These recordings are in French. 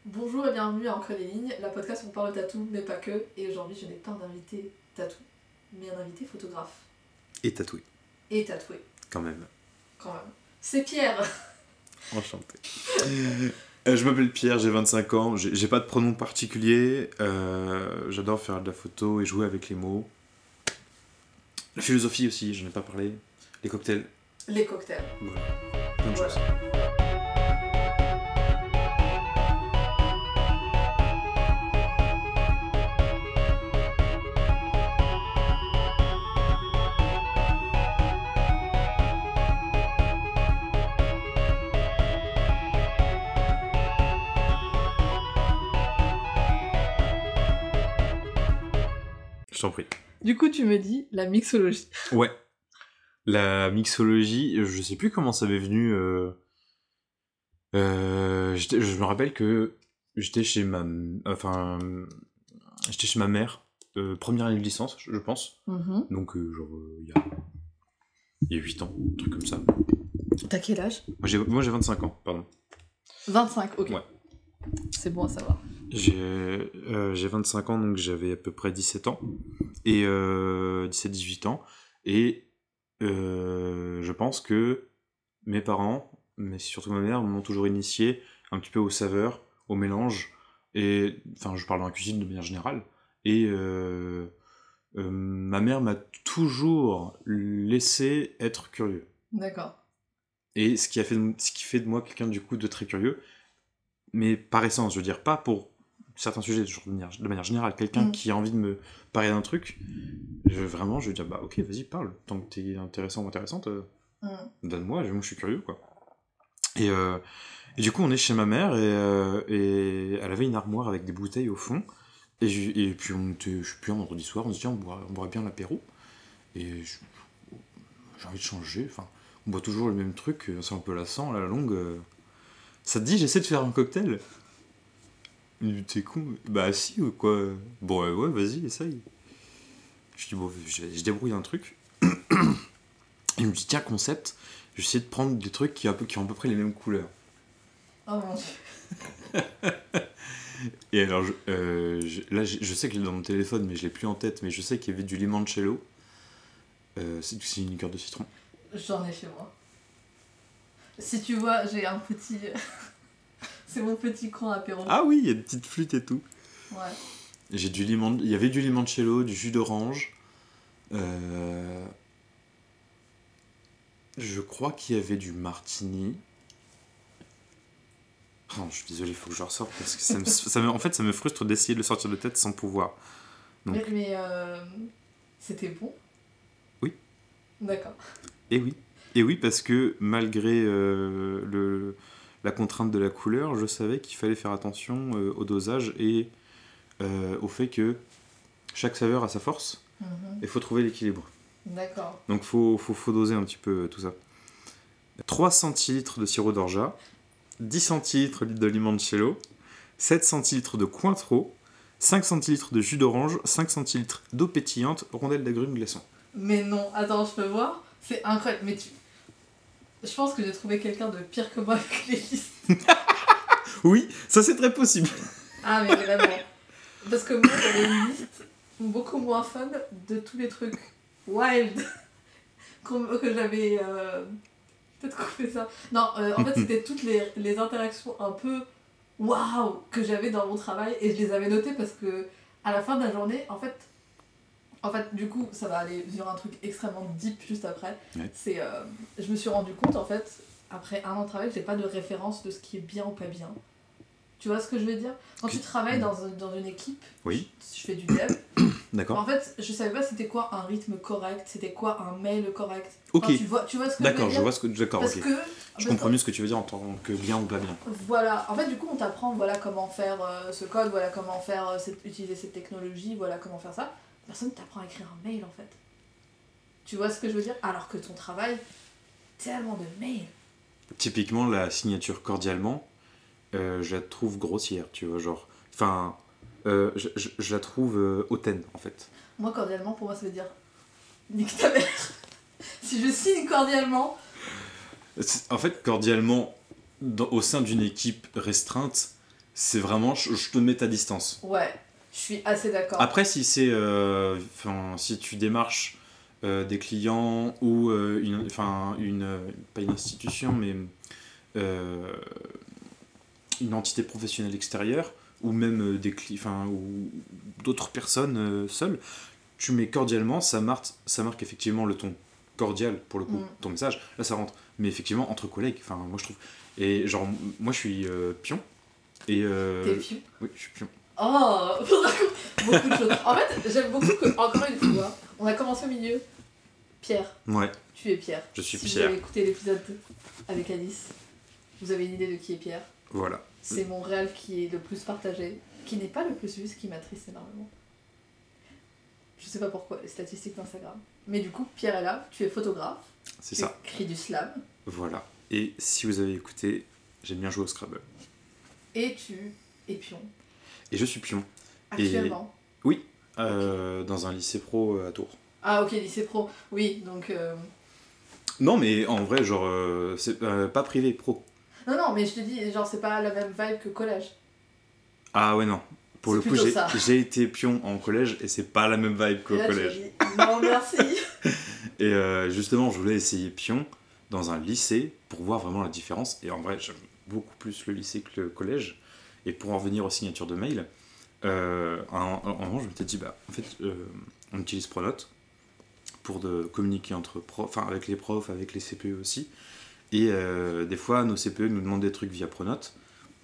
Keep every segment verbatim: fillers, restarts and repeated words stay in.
Bonjour et bienvenue à Encre des lignes, la podcast où on parle de tatou, mais pas que. Et aujourd'hui, je n'ai pas d'invité tatou, mais un invité photographe. Et tatoué. Et tatoué. Quand même. Quand même. C'est Pierre. Enchanté. euh, je m'appelle Pierre, j'ai vingt-cinq ans, j'ai, j'ai pas de pronom particulier, euh, j'adore faire de la photo et jouer avec les mots. La philosophie aussi, j'en ai pas parlé. Les cocktails. Les cocktails. Voilà. Plein de Voilà. choses. Je t'en prie. Du coup, tu me dis la mixologie. Ouais. La mixologie, je sais plus comment ça m'est venu. Euh... Euh, j'étais- je me rappelle que j'étais chez ma, enfin, j'étais chez ma mère, euh, première année de licence, je je pense. Mm-hmm. Donc euh, genre euh, il y a, il y a huit ans, un truc comme ça. T'as quel âge? Moi j'ai, moi j'ai vingt-cinq ans, pardon. vingt-cinq, ok. Ouais. C'est bon à savoir. J'ai, euh, j'ai vingt-cinq ans, donc j'avais à peu près dix-sept ans. Et euh, dix-sept dix-huit ans. Et euh, je pense que mes parents, mais surtout ma mère, m'ont toujours initié un petit peu aux saveurs, au mélange. Et enfin, je parle dans la cuisine de manière générale. Et euh, euh, ma mère m'a toujours laissé être curieux. D'accord. Et ce qui, a fait de, ce qui fait de moi quelqu'un du coup de très curieux, mais par essence, je veux dire, pas pour certains sujets, genre de manière, de manière générale, quelqu'un Mm. qui a envie de me parler d'un truc, je, vraiment, je vais dire, bah ok, vas-y, parle, tant que t'es intéressant ou intéressante, euh, Mm. donne-moi, moi je suis curieux, quoi. Et, euh, et du coup, on est chez ma mère, et, euh, et elle avait une armoire avec des bouteilles au fond, et, je- et puis on était, je sais plus, un vendredi soir, on se dit, on boirait, on boirait bien l'apéro, et je- j'ai envie de changer, enfin, on boit toujours le même truc, euh, c'est un peu lassant, à la longue, euh, ça te dit, j'essaie de faire un cocktail? Il me dit, t'es con? Bah si, ou quoi? Bon, euh, ouais, vas-y, essaye. Je dis, bon, je, je débrouille un truc. Il me dit, tiens, concept, je vais essayer de prendre des trucs qui, a peu- qui ont à peu près les mêmes couleurs. Oh mon dieu. Et alors, je, euh, je- là, je, je sais que je l'ai dans mon téléphone, mais je l'ai plus en tête, mais je sais qu'il y avait du limoncello. Euh, c'est, c'est une liqueur de citron. J'en ai chez moi. Si tu vois, j'ai un petit... C'est mon petit coin apéro. Ah oui, il y a des petites flûtes et tout. Ouais. J'ai du limon, il y avait du limoncello, du jus d'orange. Euh, je crois qu'il y avait du martini. Oh, je suis désolé, il faut que je le ressorte parce que ça me, ça me- en fait, ça me frustre d'essayer de le sortir de tête sans pouvoir. Donc. Mais, mais euh, c'était bon? Oui. D'accord. Et oui. Et oui, parce que malgré euh, le, la contrainte de la couleur, je savais qu'il fallait faire attention euh, au dosage et euh, au fait que chaque saveur a sa force et Mhm. il faut trouver l'équilibre. D'accord. Donc il faut, faut, faut doser un petit peu euh, tout ça. trois centilitres de sirop d'orgeat, dix centilitres de limoncello, sept centilitres de Cointreau, cinq centilitres de jus d'orange, cinq centilitres d'eau pétillante, rondelles d'agrumes glaçons. Mais non, attends, je peux voir? C'est incroyable. Mais tu... Je pense que j'ai trouvé quelqu'un de pire que moi avec les listes. Oui, ça c'est très possible. Ah, mais vraiment. Parce que moi, j'avais une liste beaucoup moins fun de tous les trucs wild qu'on- que j'avais... Euh... Peut-être qu'on fait ça. Non, euh, en fait, c'était toutes les, les interactions un peu waouh que j'avais dans mon travail et je les avais notées parce que à la fin de la journée, en fait, en fait, du coup, ça va aller sur un truc extrêmement deep juste après. Ouais. C'est, euh, je me suis rendu compte, en fait, après un an de travail, que j'ai pas de référence de ce qui est bien ou pas bien. Tu vois ce que je veux dire? Quand tu travailles dans, un- dans une équipe, Oui, je fais du dev, d'accord. en fait, je savais pas c'était quoi un rythme correct, c'était quoi un mail correct. Ok, Enfin, tu, vois, tu vois ce que d'accord, je veux je dire? vois ce que... D'accord, Parce ok. que... Je parce comprends que- mieux ce que tu veux dire en tant que bien ou pas bien. Voilà, en fait du coup on t'apprend voilà comment faire euh, ce code, voilà comment faire euh, cette, utiliser cette technologie, voilà comment faire ça. Personne t'apprend à écrire un mail en fait. Tu vois ce que je veux dire? Alors que ton travail, tellement de mails. Typiquement, la signature cordialement, euh, je la trouve grossière, tu vois, genre... Enfin, euh, je, je, je la trouve euh, hautaine, en fait. Moi cordialement pour moi ça veut dire nique ta mère. Si je signe cordialement, C'est- En fait, cordialement, dans- au sein d'une équipe restreinte, c'est vraiment, je, je te mets ta distance. Ouais, je suis assez d'accord. Après, si c'est, euh, enfin, si tu démarches euh, des clients ou euh, une, enfin, une, euh, pas une institution, mais euh, une entité professionnelle extérieure ou même euh, des cli- enfin, ou d'autres personnes euh, seules, tu mets cordialement, ça marque, ça marque effectivement le ton cordial pour le coup, Mm. ton message, là ça rentre. Mais effectivement, entre collègues, enfin, moi je trouve. Et genre, m- moi je suis euh, pion. Et. Euh, T'es pion. Oui, je suis pion. Oh, beaucoup de choses. En fait, j'aime beaucoup que, encore une fois, on a commencé au milieu. Pierre, Ouais, tu es Pierre. je suis si Pierre. vous avez écouté l'épisode avec Alice, vous avez une idée de qui est Pierre. Voilà. C'est mon réel qui est le plus partagé, qui n'est pas le plus vu, ce qui m'attriste énormément. Je sais pas pourquoi, les statistiques d'Instagram. Mais du coup, Pierre est là, tu es photographe. C'est tu ça. écris du slam. Voilà. Et si vous avez écouté, j'aime bien jouer au Scrabble. Et tu es pion. Et je suis pion. Actuellement. Oui, euh, okay. Dans un lycée pro à Tours. Ah ok, lycée pro. Oui, donc... Euh... Non, mais en vrai, genre, euh, c'est euh, pas privé, pro. Non, non, mais je te dis, genre, c'est pas la même vibe que collège. Ah ouais, non. Pour le coup, j'ai, j'ai été pion en collège et c'est pas la même vibe qu'au là, collège. Dit, non, merci. Et euh, justement, je voulais essayer pion dans un lycée pour voir vraiment la différence. Et en vrai, j'aime beaucoup plus le lycée que le collège. Et pour en revenir aux signatures de mail, euh, un moment, je m'étais dit, bah, en fait, euh, on utilise Pronote pour de communiquer entre profs, enfin, avec les profs, avec les C P E aussi. Et euh, des fois, nos C P E nous demandent des trucs via Pronote,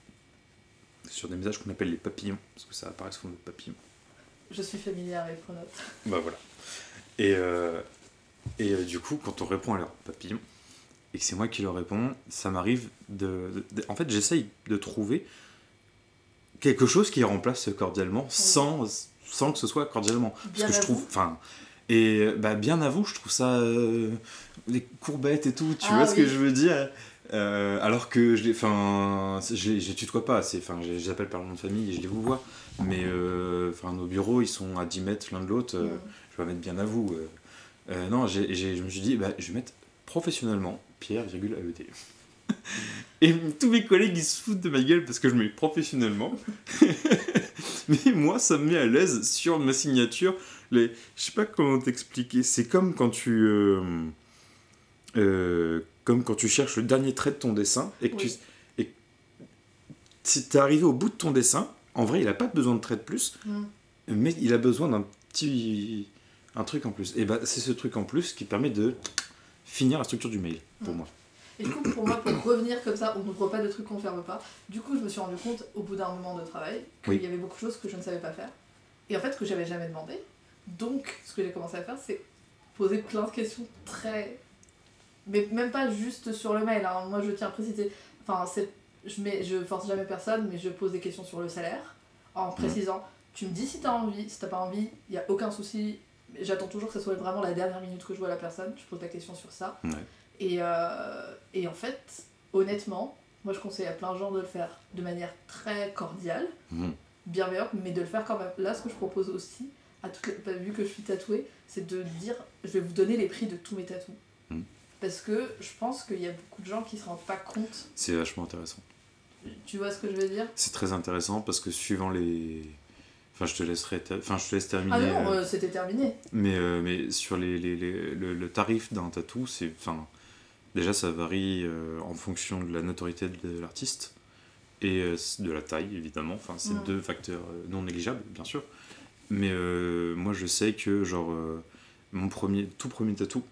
sur des messages qu'on appelle les papillons, parce que ça apparaît sous le papillon. Je suis familière avec Pronote. Bah voilà. Et, euh, et euh, du coup, quand on répond à leur papillon, et que c'est moi qui leur réponds, ça m'arrive de, de, de... En fait, j'essaye de trouver quelque chose qui remplace cordialement, oui. sans, sans que ce soit cordialement. Bien parce que je trouve... Enfin, et bah, bien à vous, je trouve ça... Euh, les courbettes et tout, tu ah, vois oui. ce que je veux dire euh, alors que je les, enfin, je les, je les tutoie pas, c'est, enfin, je les appelle par le nom de famille et je les vous vois. Mais euh, enfin, nos bureaux, ils sont à dix mètres l'un de l'autre. Euh, mmh. Je vais mettre bien à vous. Euh, euh, non, j'ai, j'ai, je me suis dit, bah, je vais mettre professionnellement Pierre, virgule, A E T. Et tous mes collègues, ils se foutent de ma gueule parce que je mets professionnellement. Mais moi, ça me met à l'aise sur ma signature. Les, je sais pas comment t'expliquer. C'est comme quand tu... Euh, euh, comme quand tu cherches le dernier trait de ton dessin et que oui. tu... Et si t'es arrivé au bout de ton dessin, en vrai, il a pas besoin de trait de plus, mm. mais il a besoin d'un petit... un truc en plus. Et bah, c'est ce truc en plus qui permet de finir la structure du mail, pour mm. moi. Et du coup, pour moi, pour revenir comme ça, on n'ouvre pas de trucs qu'on ne ferme pas. Du coup, je me suis rendu compte, au bout d'un moment de travail, qu'il oui. y avait beaucoup de choses que je ne savais pas faire. Et en fait, que j'avais jamais demandé. Donc, ce que j'ai commencé à faire, c'est poser plein de questions très... Mais même pas juste sur le mail. Hein. Moi, je tiens à préciser... Enfin, c'est... Je, mets... je force jamais personne, mais je pose des questions sur le salaire, en précisant, mmh. tu me dis si t'as envie, si t'as pas envie, il n'y a aucun souci. J'attends toujours que ce soit vraiment la dernière minute que je vois la personne. Je pose la question sur ça. Ouais. Et, euh, et en fait, honnêtement, moi je conseille à plein de gens de le faire de manière très cordiale, mmh. bienveillante, mais de le faire quand même. Là, ce que je propose aussi, à toutes les... vu que je suis tatouée, c'est de dire, je vais vous donner les prix de tous mes tatous. Mmh. Parce que je pense qu'il y a beaucoup de gens qui se rendent pas compte. C'est vachement intéressant. Tu vois ce que je veux dire ? C'est très intéressant parce que suivant les... Enfin, je te laisserai, ta... enfin, je te laisse terminer. Ah non, euh, c'était terminé. Mais, euh, mais sur les, les, les, le, le tarif d'un tatou, c'est... Enfin, déjà, ça varie euh, en fonction de la notoriété de l'artiste et euh, de la taille, évidemment. Enfin, c'est mmh. deux facteurs non négligeables, bien sûr. Mais euh, moi, je sais que, genre, euh, mon premier, tout premier tatou,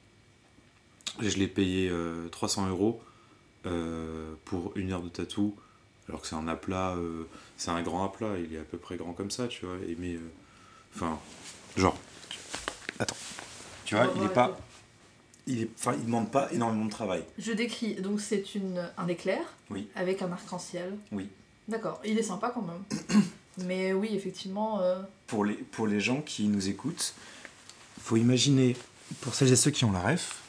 je l'ai payé euh, trois cents euros euh, pour une heure de tatou, alors que c'est un aplat, euh, c'est un grand aplat, il est à peu près grand comme ça, tu vois. Et mais, enfin, euh, genre, attends, tu vois, il est pas... Il est, enfin, il demande pas énormément de travail. Je décris, donc c'est une, un éclair oui. avec un arc-en-ciel. Oui. D'accord, il est sympa quand même. Mais oui, effectivement... Euh... Pour, les, pour les gens qui nous écoutent, il faut imaginer, pour celles et ceux qui ont la ref,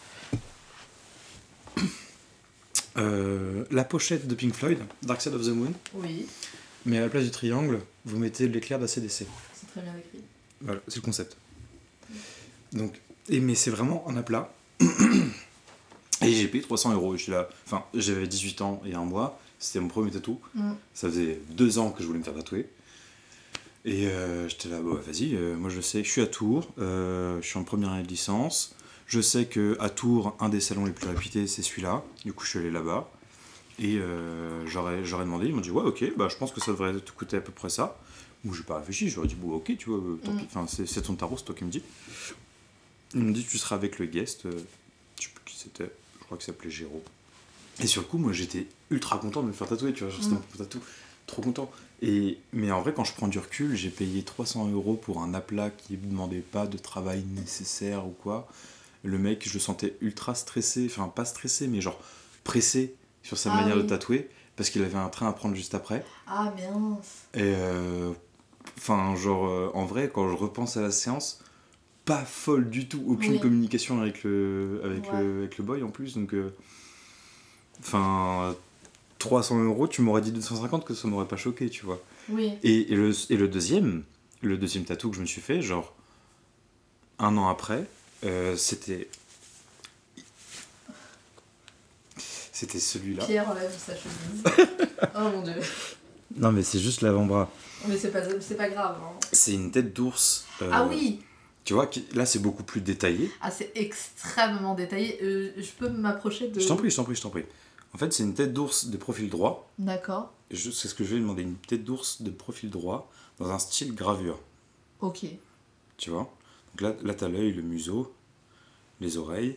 euh, la pochette de Pink Floyd, Dark Side of the Moon. Oui. Mais à la place du triangle, vous mettez l'éclair d'A C D C. C'est très bien écrit. Voilà, c'est le concept. Donc, et, mais c'est vraiment un aplat. Et j'ai payé trois cents euros. J'étais là, enfin, j'avais dix-huit ans et un mois, C'était mon premier tatou. Mm. Ça faisait deux ans que je voulais me faire tatouer. Et euh, j'étais là, bah, vas-y, euh, moi je sais, je suis à Tours, euh, je suis en première année de licence. Je sais qu'à Tours, un des salons les plus réputés, c'est celui-là. Du coup, je suis allé là-bas. Et euh, j'aurais, j'aurais demandé, ils m'ont dit, ouais, ok, bah, je pense que ça devrait te coûter à peu près ça. Moi, j'ai pas réfléchi, j'aurais dit, bon, ok, tu vois, tant pis, enfin, c'est, c'est ton tarot, c'est toi qui me dis. Ils m'ont dit, tu seras avec le guest, euh, je sais plus qui c'était, je crois qu'il s'appelait Géraud. Et sur le coup, moi, j'étais ultra content de me faire tatouer, tu vois, genre, c'était mon tatou, trop content. Et, mais en vrai, quand je prends du recul, j'ai payé trois cents euros pour un aplat qui ne demandait pas de travail nécessaire ou quoi. Le mec, je le sentais ultra stressé, enfin pas stressé, mais genre pressé sur sa Ah manière oui. de tatouer, parce qu'il avait un train à prendre juste après. Ah mince. Et euh, enfin, genre, euh, en vrai, quand je repense à la séance, pas folle du tout, aucune Oui. communication avec le, avec, Ouais. le, avec le boy en plus, donc. Enfin, euh, trois cents euros, tu m'aurais dit deux cent cinquante que ça m'aurait pas choqué, tu vois. Oui. Et, et, le, et le deuxième, le deuxième tatou que je me suis fait, genre, un an après, euh, c'était. C'était celui-là. Pierre enlève sa chemise. Oh mon dieu. Non, mais c'est juste l'avant-bras. Mais c'est pas, c'est pas grave. Hein. C'est une tête d'ours. Euh, Ah oui. Tu vois, qui, là, c'est beaucoup plus détaillé. Ah, c'est extrêmement détaillé. Euh, je peux m'approcher de... Je t'en prie, je t'en prie, je t'en prie. En fait, c'est une tête d'ours de profil droit. D'accord. Je, c'est ce que je vais demander, une tête d'ours de profil droit dans un style gravure. Ok. Tu vois. Donc là, là t'as l'œil, le museau, les oreilles.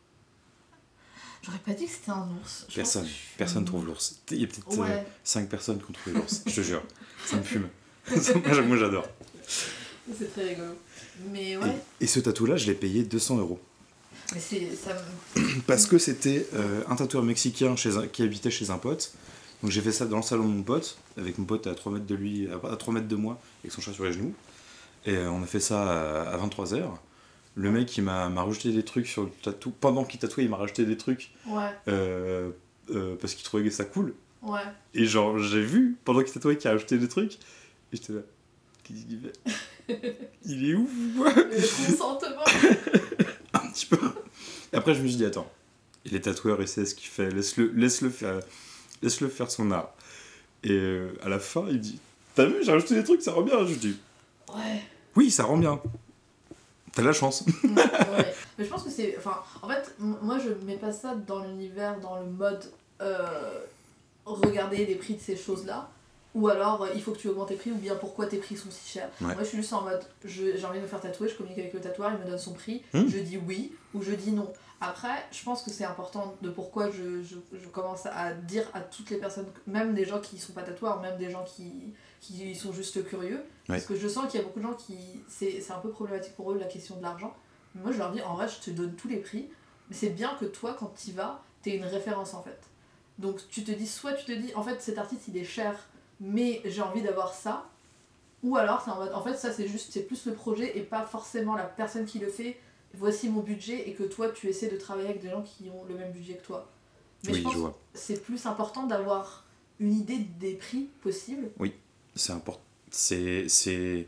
J'aurais pas dit que c'était un ours. Je Personne, pense que je suis- personne trouve l'ours. Il y a peut-être Ouais. cinq personnes qui ont trouvé l'ours, je te jure. Ça me fume. moi, moi, j'adore. C'est très rigolo. Mais ouais. Et, et ce tatou-là, je l'ai payé deux cents euros. Mais c'est... Ça me... Parce que c'était euh, un tatoueur mexicain chez un, qui habitait chez un pote. Donc j'ai fait ça dans le salon de mon pote, avec mon pote à trois mètres de lui, à trois mètres de moi, avec son chat sur les genoux. Et euh, on a fait ça à, à vingt-trois heures. Le mec, il m'a, m'a rajouté des trucs sur le tatou. Pendant qu'il tatouait, il m'a rajouté des trucs. Ouais. Euh, euh, parce qu'il trouvait ça cool. Ouais. Et genre, j'ai vu, pendant qu'il tatouait, qu'il a rajouté des trucs. Et j'étais là. Qu'est-ce qu'il fait ? Il est ouf ou quoi ? Le consentement. Un petit peu. Et après, je me suis dit, attends, il est tatoueur, il sait ce qu'il fait, laisse-le, laisse-le, faire, laisse-le faire son art. Et euh, à la fin, il me dit, t'as vu, j'ai rajouté des trucs, ça rend bien. Je dis, Ouais. oui, ça rend bien. T'as de la chance. Ouais. Mais je pense que c'est... Enfin, en fait, m- moi, je mets pas ça dans l'univers, dans le mode... Euh, regarder les prix de ces choses-là. Ou alors, euh, il faut que tu augmentes tes prix, ou bien pourquoi tes prix sont si chers. Ouais. Moi, je suis juste en mode, je, j'ai envie de me faire tatouer, je communique avec le tatoueur, il me donne son prix, Mmh. je dis oui, ou je dis non. Après, je pense que c'est important de pourquoi je, je, je commence à dire à toutes les personnes, même des gens qui sont pas tatoueurs, même des gens qui, qui sont juste curieux, Ouais. parce que je sens qu'il y a beaucoup de gens qui... C'est, c'est un peu problématique pour eux, la question de l'argent. Mais moi, je leur dis, en vrai, je te donne tous les prix, mais c'est bien que toi, quand tu y vas, t'aies une référence, en fait. Donc, tu te dis, soit tu te dis, en fait, cet artiste, il est cher, mais j'ai envie d'avoir ça, ou alors c'est en mode, en fait ça c'est juste, c'est plus le projet et pas forcément la personne qui le fait, voici mon budget, et que toi tu essaies de travailler avec des gens qui ont le même budget que toi. Mais Oui, je pense je vois. que c'est plus important d'avoir une idée des prix possibles. C'est important. C'est, c'est...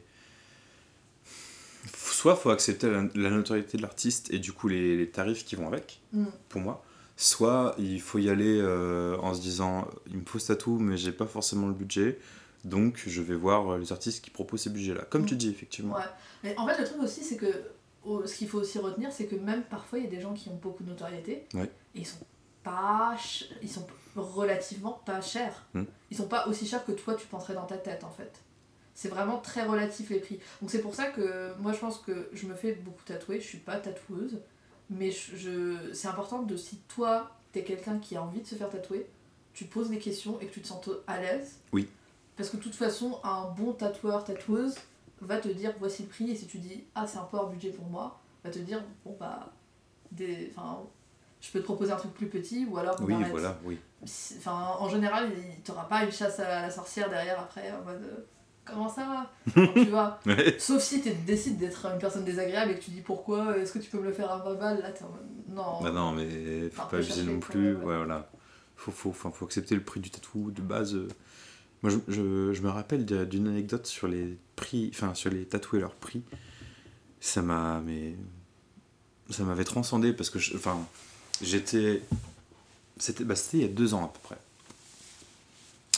Soit faut accepter la, la notoriété de l'artiste et du coup les, les tarifs qui vont avec, Mm. pour moi. Soit il faut y aller euh, en se disant il me faut ce tatou mais j'ai pas forcément le budget, donc je vais voir les artistes qui proposent ces budgets là. Comme Mm. tu dis effectivement. Ouais. Mais en fait le truc aussi c'est que, oh, ce qu'il faut aussi retenir c'est que même parfois il y a des gens qui ont beaucoup de notoriété, Ouais. et ils sont pas ch- ils sont relativement pas chers. Mm. Ils sont pas aussi chers que toi tu penserais dans ta tête en fait. C'est vraiment très relatif les prix. Donc c'est pour ça que moi je pense que je me fais beaucoup tatouer, je suis pas tatoueuse, mais je, je- c'est important de, si toi t'es quelqu'un qui a envie de se faire tatouer, tu poses des questions et que tu te sens à l'aise. Oui. Parce que de toute façon un bon tatoueur, tatoueuse va te dire voici le prix, et si tu dis ah c'est un peu hors budget pour moi, va te dire bon bah des, enfin, je peux te proposer un truc plus petit, ou alors on Oui, arrête. voilà, oui. Si- Enfin, en général, il t'aura pas une chasse à la sorcière derrière après, en mode euh, comment ça va. Enfin, tu vois. Ouais. Sauf si tu décides d'être une personne désagréable et que tu dis pourquoi, est-ce que tu peux me le faire à vingt balles, là t'es en mode non. Bah non, mais faut Enfin, pas faut abuser chercher non les plus. points, Ouais, voilà. Faut, faut, enfin, faut accepter le prix du tatou de base. euh. Moi, je, je, je me rappelle de- d'une anecdote sur les prix, enfin, sur les tatoués, leurs prix. Ça m'a, mais. Ça m'avait transcendé parce que, je- enfin, j'étais. C'était, bah, c'était il y a deux ans à peu près.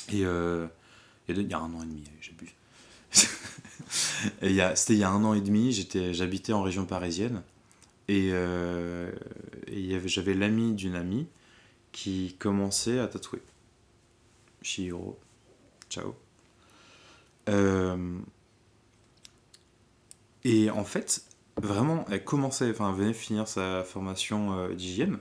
Et euh, il y a un an et demi, j'abuse. et il y a, c'était il y a un an et demi, j'étais, j'habitais en région parisienne. Et, euh, et il y avait, j'avais l'ami d'une amie qui commençait à tatouer. Chihiro, ciao. Euh, et en fait, vraiment, elle commençait, enfin, elle venait finir sa formation euh, d'hygiène.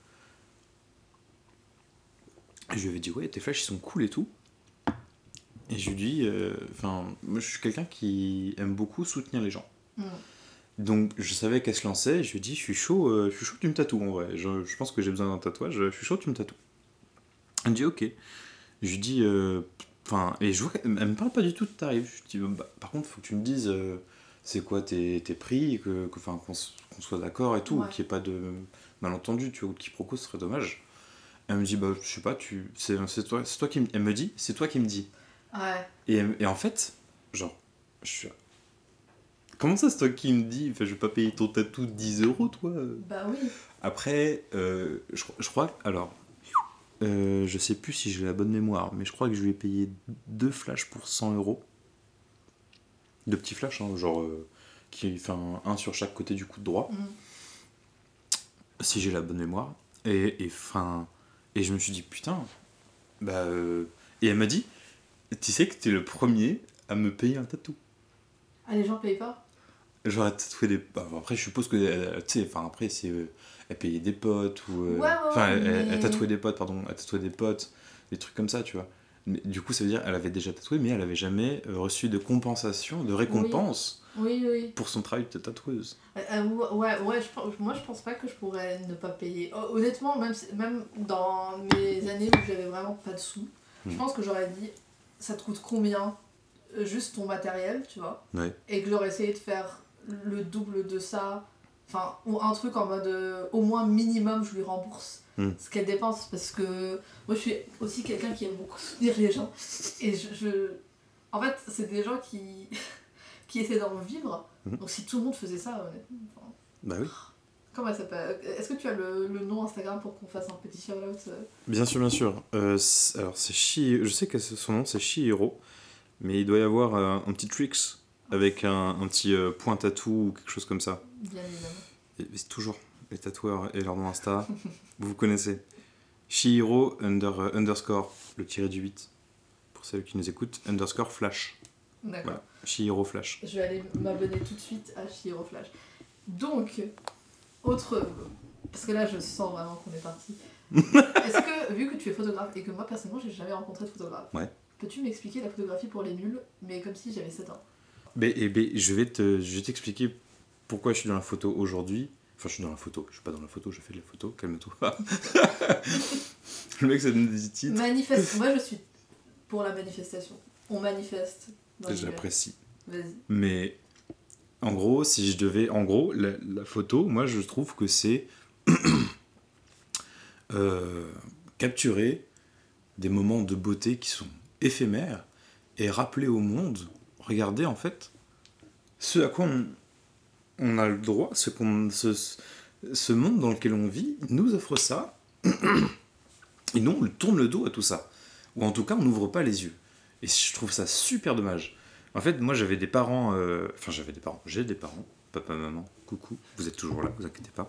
Et je lui avais dit, ouais, tes flashs, ils sont cool et tout. Et je lui dis, enfin, euh, moi, je suis quelqu'un qui aime beaucoup soutenir les gens. Mm. Donc, je savais qu'elle se lançait, et je lui ai dit, je suis chaud, euh, je suis chaud que tu me tatoues, en vrai. Je, je pense que j'ai besoin d'un tatouage, je suis chaud que tu me tatoues. Elle me dit, ok. Je lui dis, enfin, euh, et je vois qu'elle me parle pas du tout de tarif. Je lui dis, bah, par contre, faut que tu me dises, euh, c'est quoi tes, tes prix, que, que, qu'on, qu'on soit d'accord et tout, ouais. qu'il n'y ait pas de malentendu, tu vois, ou de quiproquo, ce serait dommage. Elle me dit, bah, je sais pas, tu, c'est, c'est, toi, c'est toi qui me... Elle me dit, c'est toi qui me dis. Ouais. Et, et en fait, genre, je suis... Comment ça, c'est toi qui me dis, enfin, je vais pas payer ton tatou dix euros, toi? Bah oui. Après, euh, je, je crois, alors, euh, je sais plus si j'ai la bonne mémoire, mais je crois que je lui ai payé deux flashs pour cent euros. Deux petits flashs, hein, genre, euh, qui, enfin, un sur chaque côté du coude droit. Mm. Si j'ai la bonne mémoire. Et, et, fin, et je me suis dit, putain, bah... Euh... Et elle m'a dit, tu sais que t'es le premier à me payer un tatou. Ah, les gens payent pas? Genre, elle tatouait des... Bah, après, je suppose que, tu sais, enfin, après, c'est... Euh, elle payait des potes, ou... Euh... Ouais, ouais, Enfin, mais... elle, elle tatouait des potes, pardon, elle tatouait des potes, des trucs comme ça, tu vois. Mais, du coup, ça veut dire qu'elle avait déjà tatoué, mais elle avait jamais euh, reçu de compensation, de récompense oui. Oui, oui. pour son travail de tatoueuse. Euh, ouais, ouais, je, moi je pense pas que je pourrais ne pas payer. Honnêtement, même, même dans mes années où j'avais vraiment pas de sous, mmh. je pense que j'aurais dit, ça te coûte combien juste ton matériel, tu vois, ouais. et que j'aurais essayé de faire le double de ça, enfin, ou un truc en mode, euh, au moins minimum, je lui rembourse mmh. ce qu'elle dépense, parce que moi je suis aussi quelqu'un qui aime beaucoup soutenir les gens, et je... je... En fait, c'est des gens qui... qui essaient d'en vivre. Mmh. Donc si tout le monde faisait ça, honnêtement... Enfin... Bah oui. Comment elle s'appelle? Est-ce que tu as le, le nom Instagram pour qu'on fasse un petit shout-out? Bien sûr, bien sûr. Euh, c'est, alors c'est Chi... Je sais que son nom c'est Chihiro, mais il doit y avoir euh, un petit tricks avec un, un petit euh, point tatou ou quelque chose comme ça. Bien évidemment. Et, et c'est toujours les tatoueurs et leur nom Insta. Vous connaissez. Chihiro under, uh, underscore, le tiré du huit. Pour celles qui nous écoutent, underscore flash. D'accord. Voilà. Chihiro Flash. Je vais aller m'abonner tout de suite à Chihiro Flash. Donc, autre... Parce que là, je sens vraiment qu'on est parti. Est-ce que, vu que tu es photographe et que moi, personnellement, j'ai jamais rencontré de photographe, ouais. peux-tu m'expliquer la photographie pour les nuls, mais comme si j'avais sept ans? Mais, et, mais, je vais te, je vais t'expliquer pourquoi je suis dans la photo aujourd'hui. Enfin, je suis dans la photo. Je suis pas dans la photo, je fais de la photo. Calme-toi. Le mec, ça donne des titres. Manifeste. Moi, je suis pour la manifestation. On manifeste. J'apprécie. Vas-y. Mais en gros, si je devais, en gros, la, la photo, moi, je trouve que c'est euh, capturer des moments de beauté qui sont éphémères et rappeler au monde, regardez en fait, ce à quoi on, on a le droit, ce, qu'on, ce, ce monde dans lequel on vit nous offre ça, et nous on tourne le dos à tout ça, ou en tout cas on n'ouvre pas les yeux. Et je trouve ça super dommage. En fait, moi j'avais des parents, euh... enfin j'avais des parents, j'ai des parents, papa, maman, coucou, vous êtes toujours là, vous inquiétez pas,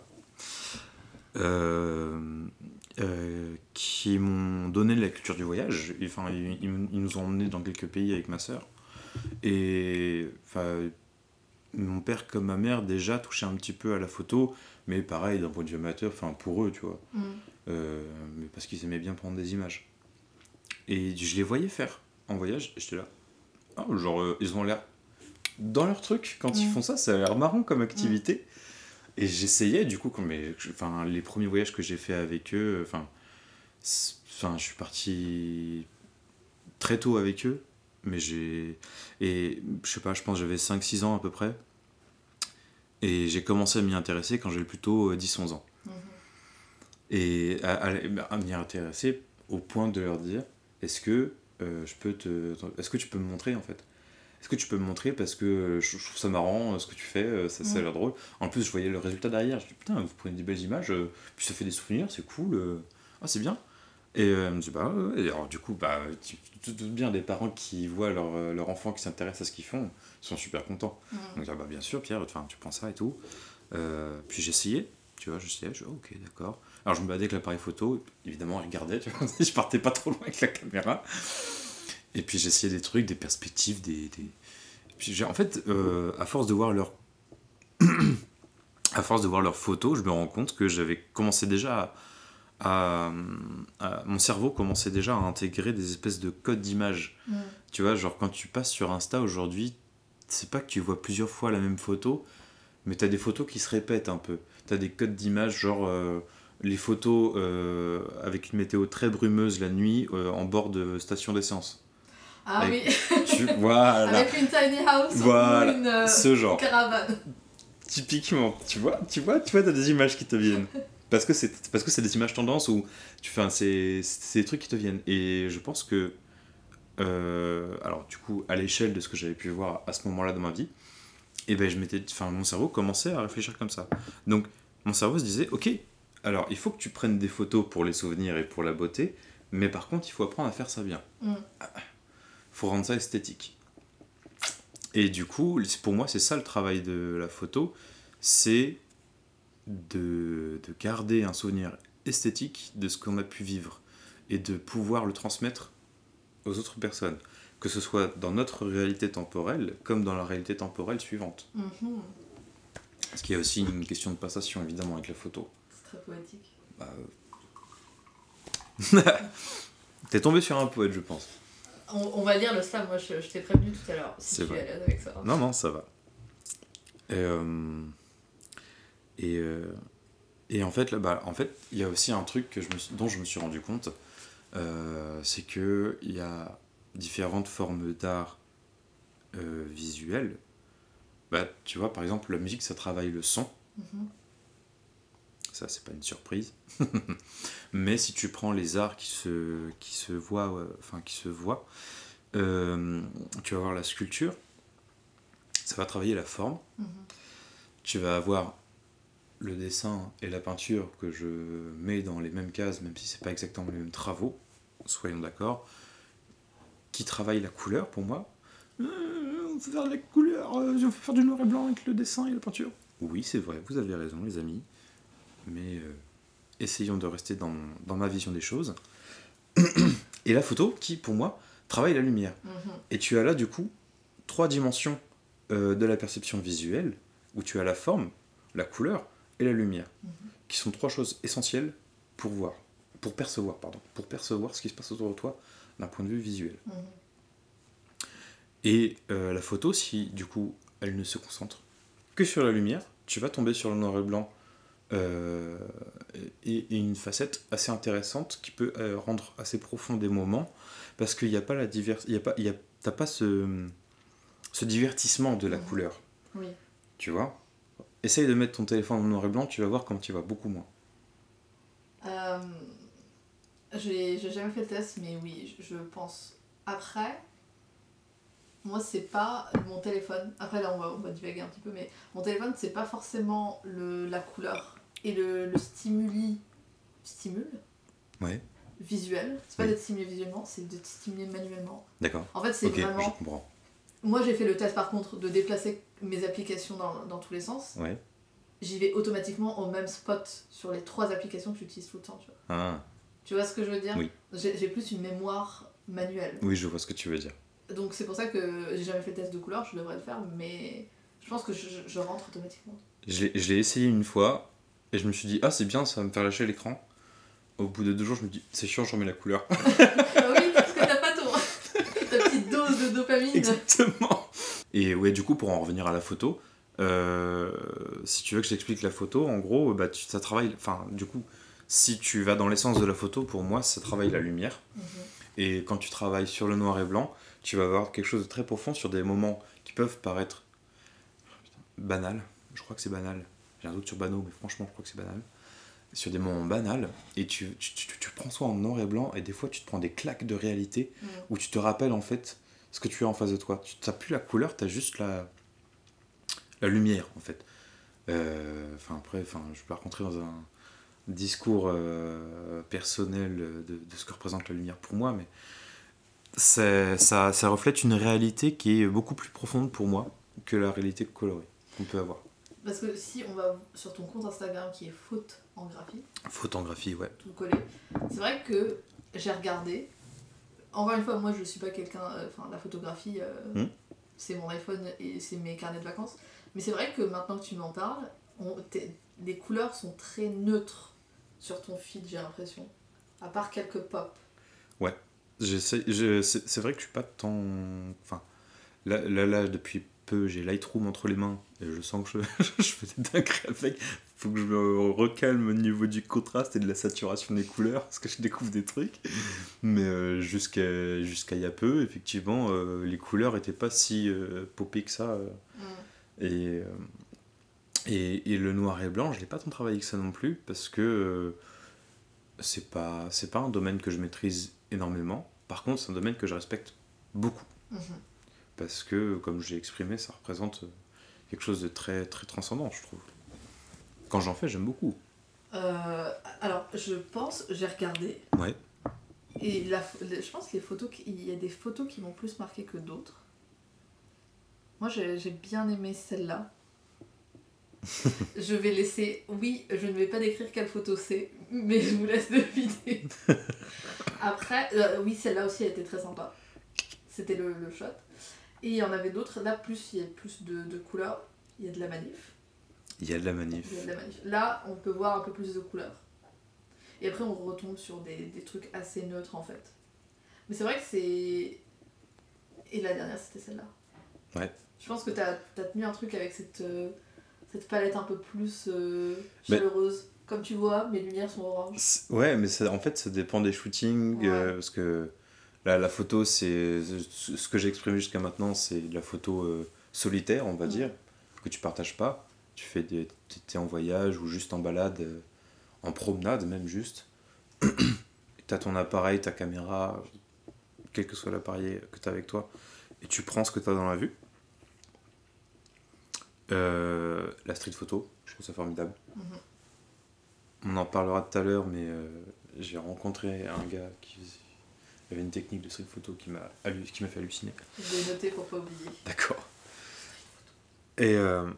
euh, euh, qui m'ont donné la culture du voyage. Enfin, ils, ils, ils nous ont emmenés dans quelques pays avec ma sœur. Et enfin, mon père comme ma mère déjà touchaient un petit peu à la photo, mais pareil d'un point de vue amateur, enfin pour eux, tu vois, mm. euh, mais parce qu'ils aimaient bien prendre des images. Et je les voyais faire en voyage, et j'étais là. Oh, genre, euh, ils ont l'air dans leur truc quand mmh. ils font ça, ça a l'air marrant comme activité. Mmh. Et j'essayais, du coup, quand mes, enfin, les premiers voyages que j'ai fait avec eux, enfin, enfin, je suis parti très tôt avec eux, mais j'ai. Et je sais pas, je pense que j'avais cinq six ans à peu près. Et j'ai commencé à m'y intéresser quand j'avais plutôt dix onze ans. Mmh. Et à, à, à m'y intéresser au point de leur dire est-ce que. Euh, je peux te... Est-ce que tu peux me montrer en fait? Est-ce que tu peux me montrer parce que je trouve ça marrant ce que tu fais, ça, mmh. ça a l'air drôle. En plus je voyais le résultat derrière, je me dis putain vous prenez des belles images, puis ça fait des souvenirs, c'est cool, ah c'est bien. Et euh, elle me dit, bah ouais. Et alors, du coup, bah, tu tu te doutes bien, des parents qui voient leur, euh, leur enfant qui s'intéresse à ce qu'ils font, ils sont super contents. Mm. Donc, ah, bah, bien sûr, Pierre, enfin, tu prends ça et tout. Euh, puis j'essayais, tu vois, j'essayais, je dis, oh, ok, d'accord. Alors, je me baladais avec l'appareil photo, évidemment, je regardais, tu vois, je partais pas trop loin avec la caméra. Et puis, j'essayais des trucs, des perspectives, des. des... Puis, j'ai, en fait, euh, à force de voir leur. à force de voir leurs photos, je me rends compte que j'avais commencé déjà à. À, à- mon cerveau commençait déjà à intégrer des espèces de codes d'image. Mm. Tu vois, genre quand tu passes sur Insta aujourd'hui, c'est pas que tu vois plusieurs fois la même photo, mais t'as des photos qui se répètent un peu. T'as des codes d'image, genre euh, les photos euh, avec une météo très brumeuse la nuit euh, en bord de station d'essence. Ah Avec- oui, Tu, voilà, avec une tiny house Voilà, ou une euh, ce genre. caravane. Typiquement, tu vois, tu vois, tu vois, t'as des images qui te viennent. Parce que c'est parce que c'est des images tendances où tu fais, un- c'est c'est des trucs qui te viennent. Et je pense que euh, alors du coup à l'échelle de ce que j'avais pu voir à ce moment-là dans ma vie, et ben je m'étais, enfin mon cerveau commençait à réfléchir comme ça. Donc mon cerveau se disait, ok, alors il faut que tu prennes des photos pour les souvenirs et pour la beauté, mais par contre il faut apprendre à faire ça bien. Mm. Faut rendre ça esthétique. Et du coup, pour moi, c'est ça le travail de la photo, c'est de, de garder un souvenir esthétique de ce qu'on a pu vivre et de pouvoir le transmettre aux autres personnes, que ce soit dans notre réalité temporelle comme dans la réalité temporelle suivante. Mhm. Ce qui est aussi une question de passation, évidemment, avec la photo. C'est très poétique. Bah, euh, T'es tombé sur un poète, je pense. On, on va lire le slam, moi je, je t'ai prévenu tout à l'heure, si C'est tu es vrai. à l'aise avec ça. Non, non, ça va. Et, euh, et, euh, et en fait, là, bah, en fait, il y a aussi un truc que je me suis- dont je me suis rendu compte, euh, c'est que il y a différentes formes d'art euh, visuel. Bah, tu vois, par exemple, la musique, ça travaille le son. Mhm. Ça, c'est pas une surprise. Mais si tu prends les arts qui se, qui se voient, euh, enfin, qui se voient, euh, tu vas avoir la sculpture, ça va travailler la forme. Mhm. Tu vas avoir le dessin et la peinture que je mets dans les mêmes cases, même si c'est pas exactement les mêmes travaux, soyons d'accord, qui travaillent la couleur pour moi. Euh, on peut faire de la couleur, euh, on peut faire du noir et blanc avec le dessin et la peinture. Oui, c'est vrai, vous avez raison, les amis. Mais euh, essayons de rester dans, dans ma vision des choses. Et la photo, qui pour moi travaille la lumière. Mhm. Et tu as là, du coup, trois dimensions euh, de la perception visuelle, où tu as la forme, la couleur et la lumière, Mhm. qui sont trois choses essentielles pour voir, pour percevoir, pardon, pour percevoir ce qui se passe autour de toi d'un point de vue visuel. Mhm. Et euh, la photo, si du coup elle ne se concentre que sur la lumière, tu vas tomber sur le noir et blanc euh, et, et une facette assez intéressante qui peut euh, rendre assez profond des moments, parce qu'il n'y a pas la divers, il y a pas, il y a, t'as pas ce, ce divertissement de la Mhm. couleur, Oui. tu vois. Essaye de mettre ton téléphone en noir et blanc, tu vas voir comment tu vas beaucoup moins. Euh, j'ai j'ai jamais fait le test, mais oui, je, je pense. Après, moi, c'est pas mon téléphone. Après, là, on va, on va divaguer un petit peu, mais mon téléphone, c'est pas forcément le, la couleur et le, le stimuli. Stimule Ouais, visuel. C'est pas Oui. d'être stimulé visuellement, c'est d'être stimulé manuellement. d'accord. En fait, c'est Ok, vraiment. je comprends. Moi, j'ai fait le test par contre de déplacer mes applications dans, dans tous les sens. Ouais. J'y vais automatiquement au même spot sur les trois applications que j'utilise tout le temps. Tu vois, Ah, tu vois ce que je veux dire? Oui. J'ai j'ai plus une mémoire manuelle. oui, je vois ce que tu veux dire. Donc c'est pour ça que j'ai jamais fait le test de couleur, je devrais le faire, mais je pense que je, je- je rentre automatiquement. Je l'ai, je l'ai essayé une fois et je me suis dit, ah, c'est bien, ça va me faire lâcher l'écran. Au bout de deux jours, je me dis, c'est chiant, je remets la couleur. Ah oui, parce que t'as pas ton... ta petite dose de dopamine. Exactement. Et ouais, du coup, pour en revenir à la photo, euh, si tu veux que j'explique la photo, en gros, bah, tu, ça travaille. Enfin, du coup, si tu vas dans l'essence de la photo, pour moi, ça travaille la lumière. Mhm. Et quand tu travailles sur le noir et blanc, tu vas avoir quelque chose de très profond sur des moments qui peuvent paraître banals. Je crois que c'est banal. J'ai un doute sur banal, mais franchement, je crois que c'est banal. Sur des moments banals, et tu, tu, tu, tu prends ça en noir et blanc, et des fois, tu te prends des claques de réalité Mhm. où tu te rappelles en fait ce que tu as en face de toi. Tu n'as plus la couleur, tu as juste la, la lumière en fait. Euh, Enfin, après, enfin, je vais pas rentrer dans un, discours euh, personnel de, de ce que représente la lumière pour moi, mais c'est, ça, ça reflète une réalité qui est beaucoup plus profonde pour moi que la réalité colorée qu'on peut avoir. Parce que si on va sur ton compte Instagram qui est faute en graphie, Photographie, ouais. tout collé, c'est vrai que j'ai regardé. Encore une fois, moi je suis pas quelqu'un. Enfin, euh, la photographie, euh, mmh. c'est mon iPhone et c'est mes carnets de vacances. Mais c'est vrai que maintenant que tu m'en parles, on, les couleurs sont très neutres sur ton feed, j'ai l'impression. À part quelques pop. Ouais. J'essaie, je, c'est, c'est vrai que je suis pas tant. Enfin, là, là, là depuis peu, j'ai Lightroom entre les mains et je sens que je, je fais des dingueries avec. Faut que je me recalme au niveau du contraste et de la saturation des couleurs parce que je découvre des trucs. Mais euh, jusqu'à, jusqu'à il y a peu, effectivement, euh, les couleurs étaient pas si euh, popées que ça. Euh, mm. et, euh, et, et le noir et blanc, je l'ai pas tant travaillé que ça non plus parce que euh, c'est pas, c'est pas un domaine que je maîtrise énormément. Par contre, c'est un domaine que je respecte beaucoup. Mm-hmm. Parce que, comme j'ai exprimé, ça représente quelque chose de très, très transcendant, je trouve. Quand j'en fais, j'aime beaucoup. Euh, alors, je pense, j'ai regardé. Ouais. Et la, je pense qu'il y a des photos qui m'ont plus marqué que d'autres. Moi, j'ai, j'ai bien aimé celle-là. Je vais laisser... Oui, je ne vais pas décrire quelle photo c'est, mais je vous laisse deviner. Après, euh, oui, celle-là aussi, elle était très sympa. C'était le, le shot. Et il y en avait d'autres. Là, plus il y a plus de, de couleurs. Il y a de la manif. Il y a de la manif. Il y a de la manif. Là, on peut voir un peu plus de couleurs. Et après, on retombe sur des, des trucs assez neutres, en fait. Mais c'est vrai que c'est... Et la dernière, c'était celle-là. Ouais. Je pense que t'as, t'as tenu un truc avec cette, euh, cette palette un peu plus euh, chaleureuse. Mais... Comme tu vois, mes lumières sont oranges. C'est... Ouais, mais ça, en fait, ça dépend des shootings. Ouais. Euh, parce que la, la photo, c'est... Ce que j'ai exprimé jusqu'à maintenant, c'est de la photo euh, solitaire, on va mmh. dire. Que tu partages pas. Tu fais des... T'es en voyage ou juste en balade... Euh... en promenade même juste, t'as ton appareil, ta caméra, quel que soit l'appareil que t'as avec toi, et tu prends ce que t'as dans la vue. Euh, la street photo, je trouve ça formidable. Mm-hmm. On en parlera tout à l'heure, mais euh, j'ai rencontré un gars qui avait une technique de street photo qui m'a, halluc- qui m'a fait halluciner. Je l'ai noté pour pas oublier. D'accord. Et... Euh,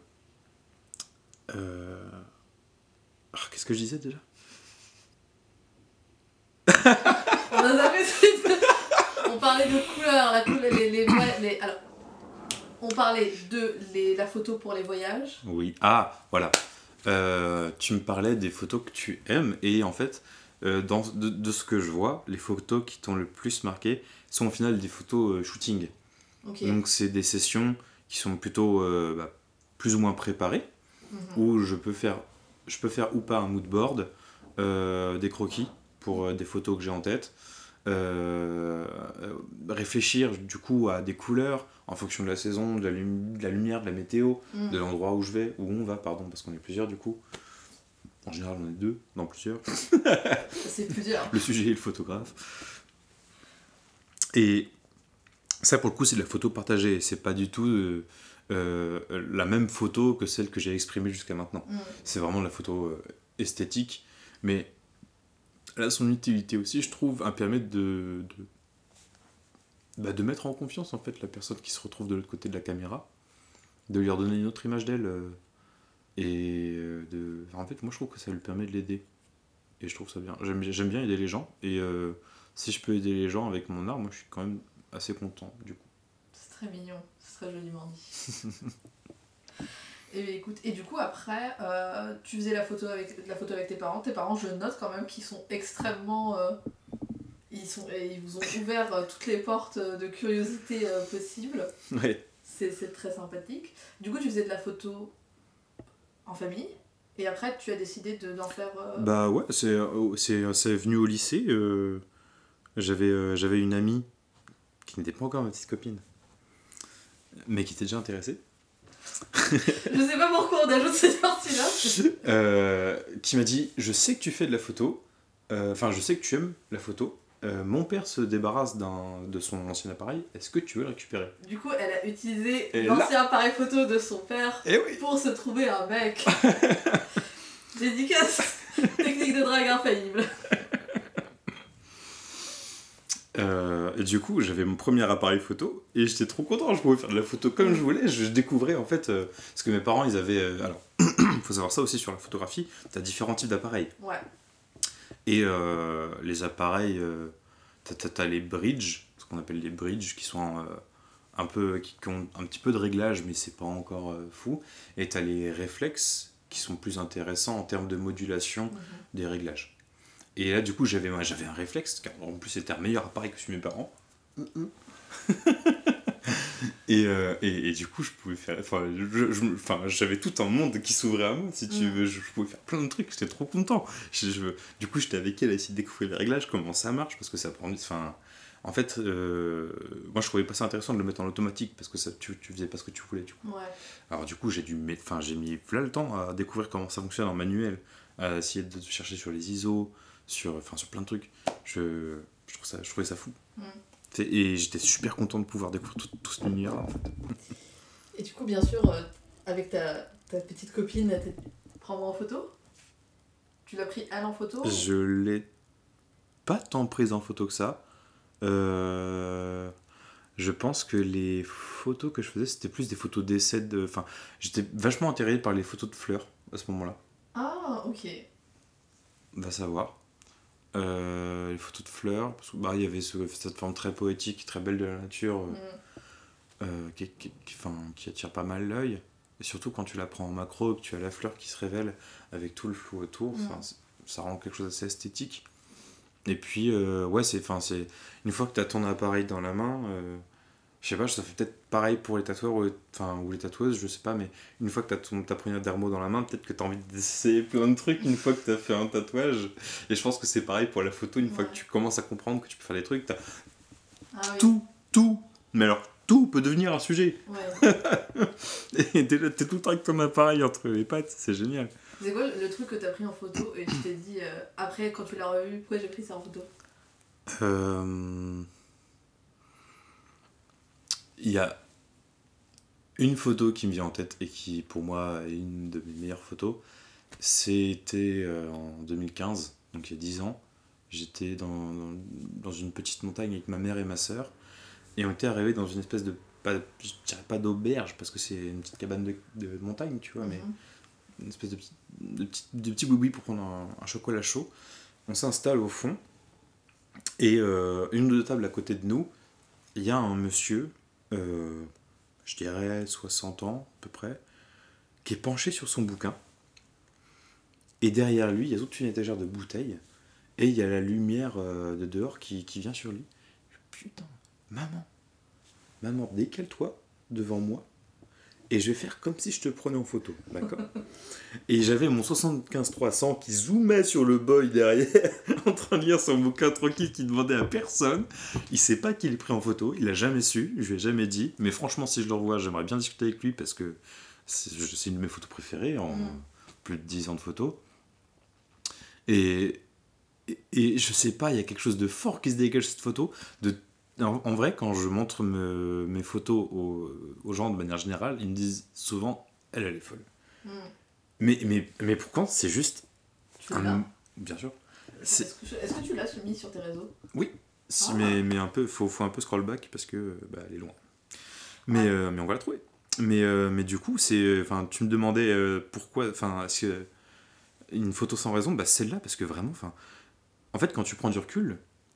euh, Oh, qu'est-ce que je disais déjà? On a zappé On parlait de couleurs, la couleur, les, les, les, alors, on parlait de les, la photo pour les voyages. Oui, ah, voilà. Euh, tu me parlais des photos que tu aimes, et en fait, euh, dans, de, de ce que je vois, les photos qui t'ont le plus marqué sont au final des photos euh, shooting. Okay. Donc c'est des sessions qui sont plutôt euh, bah, plus ou moins préparées, mm-hmm. où je peux faire je peux faire ou pas un mood board, euh, des croquis pour euh, des photos que j'ai en tête, euh, euh, réfléchir du coup à des couleurs en fonction de la saison, de la, lum- de la lumière, de la météo, mmh. de l'endroit où je vais, où on va, pardon, parce qu'on est plusieurs du coup. En général, on est deux, dans plusieurs. C'est plusieurs. Le sujet et le photographe. Et ça, pour le coup, c'est de la photo partagée. C'est pas du tout... Euh, Euh, la même photo que celle que j'ai exprimée jusqu'à maintenant. Mmh. C'est vraiment de la photo euh, esthétique, mais elle a son utilité aussi, je trouve, à permettre de, de, bah, de mettre en confiance en fait la personne qui se retrouve de l'autre côté de la caméra, de lui redonner une autre image d'elle, euh, et euh, de... en fait, moi je trouve que ça lui permet de l'aider. Et je trouve ça bien. J'aime, j'aime bien aider les gens, et euh, si je peux aider les gens avec mon art, moi je suis quand même assez content du coup. C'est très mignon. Très joliment dit. et écoute, et du coup après, euh, tu faisais la photo avec la photo avec tes parents. Tes parents, je note quand même qu'ils sont extrêmement, euh, ils sont, ils vous ont ouvert euh, toutes les portes de curiosité euh, possibles. Ouais. C'est, c'est très sympathique. Du coup, tu faisais de la photo en famille. Et après, tu as décidé de, d'en faire. Euh... Bah ouais, c'est, c'est, c'est venu au lycée. Euh, j'avais, euh, j'avais une amie qui n'était pas encore ma petite copine, mais qui était déjà intéressée. Je sais pas pourquoi on ajoute cette partie-là. euh, qui m'a dit, je sais que tu fais de la photo, enfin euh, je sais que tu aimes la photo, euh, mon père se débarrasse d'un, de son ancien appareil, est-ce que tu veux le récupérer? Du coup, elle a utilisé Et l'ancien là... appareil photo de son père oui. pour se trouver un mec. Dédicace. Techniquement, Technique de drague infaillible. Euh, et du coup, j'avais mon premier appareil photo et j'étais trop content. Je pouvais faire de la photo comme je voulais. Je découvrais en fait. Euh, parce que mes parents, ils avaient. Euh, alors, il faut savoir ça aussi sur la photographie. T'as différents types d'appareils. Ouais. Et euh, les appareils. Euh, t'as, t'as, t'as les bridges, ce qu'on appelle les bridges, qui sont euh, un peu. Qui, qui ont un petit peu de réglage, mais c'est pas encore euh, fou. Et t'as les réflexes qui sont plus intéressants en termes de modulation mm-hmm. des réglages. Et là, du coup, j'avais, j'avais un réflexe, car en plus, c'était un meilleur appareil que celui de mes parents. et, euh, et, et du coup, je pouvais faire. Enfin, je, je, enfin, j'avais tout un monde qui s'ouvrait à moi, si tu mm. veux. Je, je pouvais faire plein de trucs, j'étais trop content. Je, je, du coup, j'étais avec elle à essayer de découvrir les réglages, comment ça marche, parce que ça prend. Enfin, en fait, euh, moi, je trouvais pas ça intéressant de le mettre en automatique, parce que ça, tu, tu faisais pas ce que tu voulais, du coup. Ouais. Alors, du coup, j'ai, dû mettre, enfin, j'ai mis là le temps à découvrir comment ça fonctionne en manuel, à essayer de chercher sur les I S O. Sur, enfin, sur plein de trucs. Je, je, trouve ça, je trouvais ça fou. Mm. Et j'étais super content de pouvoir découvrir tout, tout cet univers en fait. Et du coup, bien sûr, euh, avec ta, ta petite copine, prends-moi en photo. Tu l'as pris elle en photo? Je l'ai pas tant prise en photo que ça. Euh, je pense que les photos que je faisais, c'était plus des photos d'essai. De, enfin, j'étais vachement intéressé par les photos de fleurs à ce moment-là. Ah, ok. Va savoir. Euh, les photos de fleurs, parce que bah, il y avait ce, cette forme très poétique, très belle de la nature, mm. euh, qui, qui, qui, enfin, qui attire pas mal l'œil. Et surtout quand tu la prends en macro, que tu as la fleur qui se révèle avec tout le flou autour, mm. ça rend quelque chose d'assez esthétique. Et puis, euh, ouais, c'est, c'est une fois que tu as ton appareil dans la main, euh, je sais pas, ça fait peut-être pareil pour les tatoueurs ou les, enfin, ou les tatoueuses, je sais pas, mais une fois que tu as ta première dermo dans la main, peut-être que tu as envie d'essayer plein de trucs une fois que tu as fait un tatouage. Et je pense que c'est pareil pour la photo, une ouais. fois que tu commences à comprendre que tu peux faire des trucs, tu as ah, oui. tout, tout, mais alors tout peut devenir un sujet. Ouais. Et t'es, t'es tout le temps avec ton appareil entre les pattes, c'est génial. C'est quoi le truc que tu as pris en photo et tu t'es dit, euh, après quand tu l'as revu, pourquoi j'ai pris ça en photo? Euh... Il y a une photo qui me vient en tête et qui, pour moi, est une de mes meilleures photos. C'était euh, en deux mille quinze, donc il y a dix ans. J'étais dans, dans, dans une petite montagne avec ma mère et ma sœur. Et on était arrivés dans une espèce de... Pas, je dirais pas d'auberge, parce que c'est une petite cabane de, de montagne, tu vois, mm-hmm. mais une espèce de petit, de petit, de petit boui-boui pour prendre un, un chocolat chaud. On s'installe au fond. Et euh, une ou deux tables à côté de nous, il y a un monsieur... Euh, je dirais soixante ans à peu près, qui est penché sur son bouquin, et derrière lui il y a toute une étagère de bouteilles, et il y a la lumière euh, de dehors qui, qui vient sur lui. Putain, maman, maman, décale-toi devant moi, et je vais faire comme si je te prenais en photo, d'accord? Et j'avais mon soixante-quinze trois cents qui zoomait sur le boy derrière, en train de lire son bouquin tranquille, qui demandait à personne. Il sait pas qu'il est pris en photo, il l'a jamais su, je lui ai jamais dit, mais franchement, si je le revois, j'aimerais bien discuter avec lui, parce que c'est, c'est une de mes photos préférées, en mmh. plus de dix ans de photos. Et, et, et je sais pas, il y a quelque chose de fort qui se dégage cette photo, de En, en vrai, quand je montre me, mes photos aux, aux gens de manière générale, ils me disent souvent « elle, elle est folle mm. ». Mais, mais, mais pourquoi c'est juste... Tu l'as un... Bien sûr. C'est... Est-ce, que je... Est-ce que tu l'as mis sur tes réseaux? Oui, si, ah. mais, mais un peu, faut, faut un peu scroll back parce que bah, elle est loin. Mais, ah. euh, mais on va la trouver. Mais, euh, mais du coup, c'est, tu me demandais euh, pourquoi... Est-ce que, une photo sans raison, bah, celle-là, parce que vraiment... En fait, quand tu prends du recul...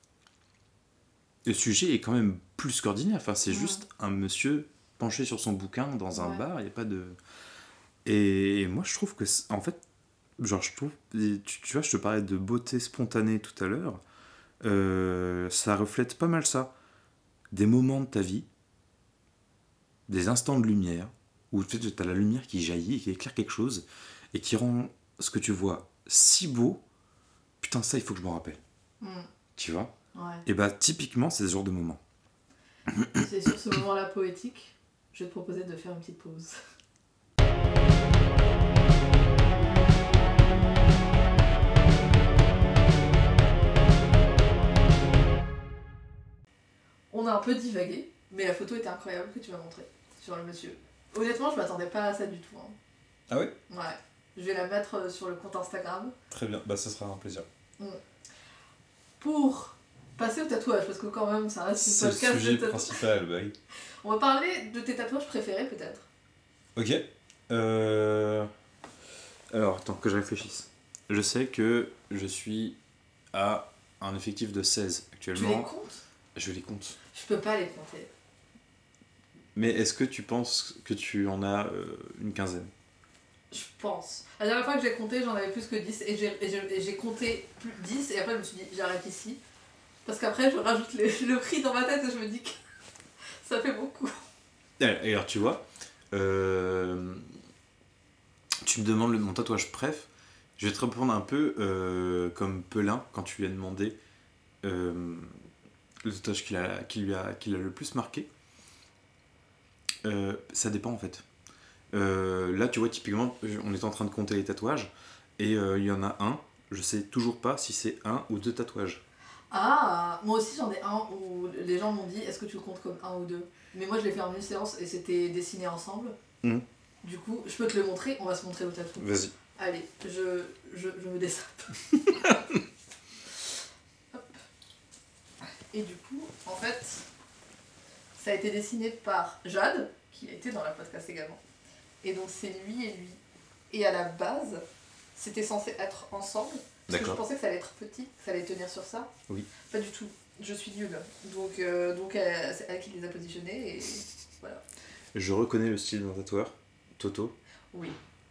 Le sujet est quand même plus qu'ordinaire. Enfin, c'est ouais. juste un monsieur penché sur son bouquin dans un ouais. bar. Il n'y a pas de... Et moi, je trouve que... En fait, genre, je trouve... Tu, tu vois, je te parlais de beauté spontanée tout à l'heure. Euh, ça reflète pas mal ça. Des moments de ta vie, des instants de lumière, où tu as la lumière qui jaillit et qui éclaire quelque chose, et qui rend ce que tu vois si beau. Putain, ça, il faut que je m'en rappelle. Mm. Tu vois ? Ouais. Et bah typiquement c'est ce genre de moment. C'est sur ce moment-là poétique, je vais te proposer de faire une petite pause. On a un peu divagué, mais la photo était incroyable que tu m'as montrée sur le monsieur. Honnêtement, je m'attendais pas à ça du tout. Hein. Ah ouais? Ouais. Je vais la mettre euh, sur le compte Instagram. Très bien, bah ça sera un plaisir. Mm. Pour passer au tatouage, parce que quand même ça reste une C'est le podcast sujet de tatouage. principal, bah oui. On va parler de tes tatouages préférés peut-être. Ok. Euh... Alors, attends, que je réfléchisse. Je sais que je suis à un effectif de seize actuellement. Tu les comptes? Je les compte. Je peux pas les compter. Mais est-ce que tu penses que tu en as euh, une quinzaine? Je pense. La dernière fois que j'ai compté, j'en avais plus que dix et j'ai, et j'ai, et j'ai compté plus dix et après je me suis dit j'arrête ici. Parce qu'après je rajoute les, le prix dans ma tête et je me dis que ça fait beaucoup. Et alors tu vois, euh, tu me demandes le, mon tatouage préf, je vais te répondre un peu euh, comme Pelin quand tu lui as demandé euh, le tatouage qu'il a, qui lui a, qui l'a le plus marqué. Euh, ça dépend en fait. Euh, là tu vois typiquement on est en train de compter les tatouages et il euh, y en a un, je sais toujours pas si c'est un ou deux tatouages. Ah, moi aussi j'en ai un où les gens m'ont dit est-ce que tu le comptes comme un ou deux. Mais moi je l'ai fait en une séance et c'était dessiné ensemble. Mmh. Du coup je peux te le montrer, on va se montrer le tatou. Vas-y. Allez, je, je, je me dessape. Hop. Et du coup en fait ça a été dessiné par Jade, qui a été dans la podcast également. Et donc c'est lui et lui. Et à la base, c'était censé être ensemble. Parce que je pensais que ça allait être petit, que ça allait tenir sur ça. Oui. Pas du tout. Je suis nulle. Donc, euh, donc elle, c'est elle qui les a positionnés et voilà. Je reconnais le style d'un tatoueur, Toto. Oui.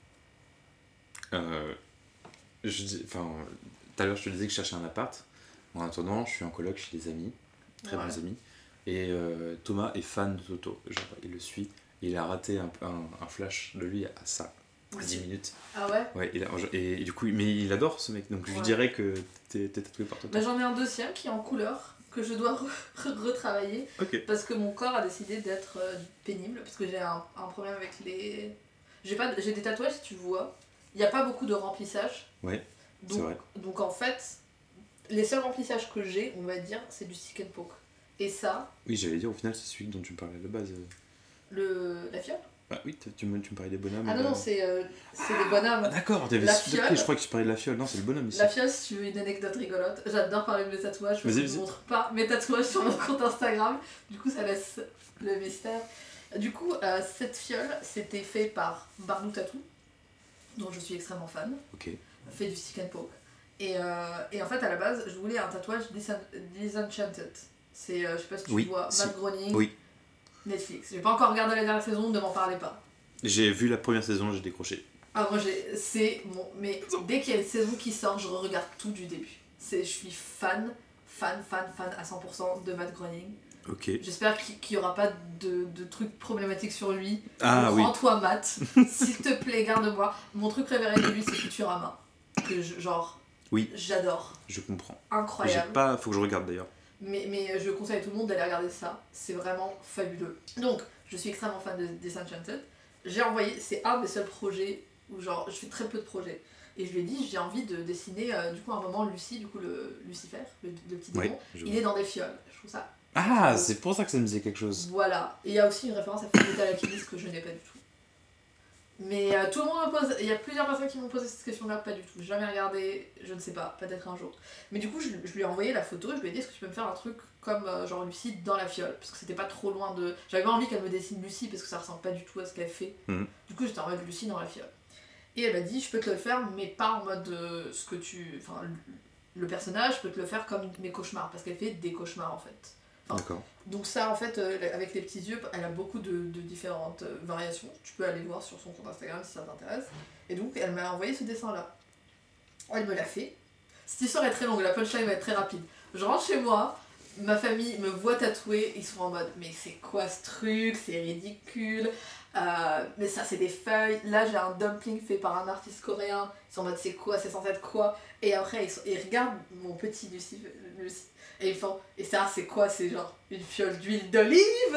Euh, je dis, enfin, tout à l'heure je te disais que je cherchais un appart. En attendant, je suis en coloc chez des amis, très Ouais. bons amis. Et euh, Thomas est fan de Toto. Genre, il le suit. Il a raté un, un, un flash de lui à ça, à dix minutes. Ah ouais? Ouais, il a, et, et du coup, mais il adore ce mec. Donc je lui Ouais. dirais que t'es, t'es tatoué par Toto. Bah, j'en ai un deuxième qui est en couleur, que je dois re- retravailler. Ok. Parce que mon corps a décidé d'être euh, pénible. Parce que j'ai un, un problème avec les. J'ai, pas, j'ai des tatouages, si tu vois. Il n'y a pas beaucoup de remplissage. Ouais, donc, c'est vrai. Donc en fait, les seuls remplissages que j'ai, on va dire, c'est du stick and poke. Et ça. Oui, j'allais dire, au final, c'est celui dont tu me parlais de base. Le... La fiole? Ah oui, tu me, tu me parlais des bonhommes. Ah non, de... non, c'est, euh, c'est des bonhommes. Ah, d'accord, t'avais La ok, fiole. je crois que tu parlais de la fiole. Non, c'est le bonhomme ici. La fiole, si tu veux une anecdote rigolote, j'adore parler de mes tatouages, parce Vas-y, que je vas-y. ne montre pas mes tatouages sur mon compte Instagram, du coup ça laisse le mystère. Du coup, euh, cette fiole, c'était fait par Bardou Tattoo, dont je suis extrêmement fan, Ok. fait du stick and poke. Et, euh, et en fait, à la base, je voulais un tatouage Disenchanted. C'est, euh, je sais pas si tu Oui, vois, si. Matt Groening, Oui. Netflix. J'ai pas encore regardé la dernière saison, ne m'en parlez pas. J'ai vu la première saison, j'ai décroché. Ah, moi, j'ai, c'est mon. Mais dès qu'il y a une saison qui sort, je regarde tout du début. C'est, je suis fan, fan, fan, fan à cent pour cent de Matt Groening. Ok. J'espère qu'il n'y aura pas de, de trucs problématiques sur lui. Ah oui. Rends-toi Matt, s'il te plaît, garde-moi. Mon truc préféré de lui, c'est Futurama. Que je, genre, Oui. J'adore. Je comprends. Incroyable. J'ai pas, faut que je regarde d'ailleurs. Mais, mais je conseille à tout le monde d'aller regarder ça. C'est vraiment fabuleux. Donc, je suis extrêmement fan de Disenchanted. J'ai envoyé, c'est un des seuls projets où genre, je fais très peu de projets. Et je lui ai dit, j'ai envie de dessiner, euh, du coup, à un moment, Lucie, du coup, le Lucifer, le, le petit démon, Ouais, je il vois. est dans des fioles. Je trouve ça. Ah, c'est pour ça que ça me disait quelque chose. Voilà. Et il y a aussi une référence à Fullmetal Alchemist que je n'ai pas du tout. Mais euh, tout le monde me pose, il y a plusieurs personnes qui m'ont posé cette question-là, pas du tout. J'ai jamais regardé, je ne sais pas, peut-être un jour. Mais du coup, je, je lui ai envoyé la photo, je lui ai dit, est-ce que tu peux me faire un truc comme euh, genre Lucie dans la fiole? Parce que c'était pas trop loin de. J'avais pas envie qu'elle me dessine Lucie parce que ça ressemble pas du tout à ce qu'elle fait. Mhm. Du coup, j'étais en mode Lucie dans la fiole. Et elle m'a dit, je peux te le faire, mais pas en mode euh, ce que tu. Enfin, le, le personnage, je peux te le faire comme mes cauchemars, parce qu'elle fait des cauchemars en fait. Enfin, D'accord. donc ça en fait euh, avec les petits yeux elle a beaucoup de, de différentes euh, variations, tu peux aller voir sur son compte Instagram si ça t'intéresse, et donc elle m'a envoyé ce dessin là, elle me l'a fait. Cette histoire est très longue, la punchline va être très rapide. Je rentre chez moi, ma famille me voit tatouer, ils sont en mode mais c'est quoi ce truc, c'est ridicule, euh, mais ça c'est des feuilles, là j'ai un dumpling fait par un artiste coréen, ils sont en mode c'est quoi, c'est censé être quoi, et après ils, sont, ils regardent mon petit Lucie, Lucie et ils font, et ça c'est quoi, c'est genre une fiole d'huile d'olive.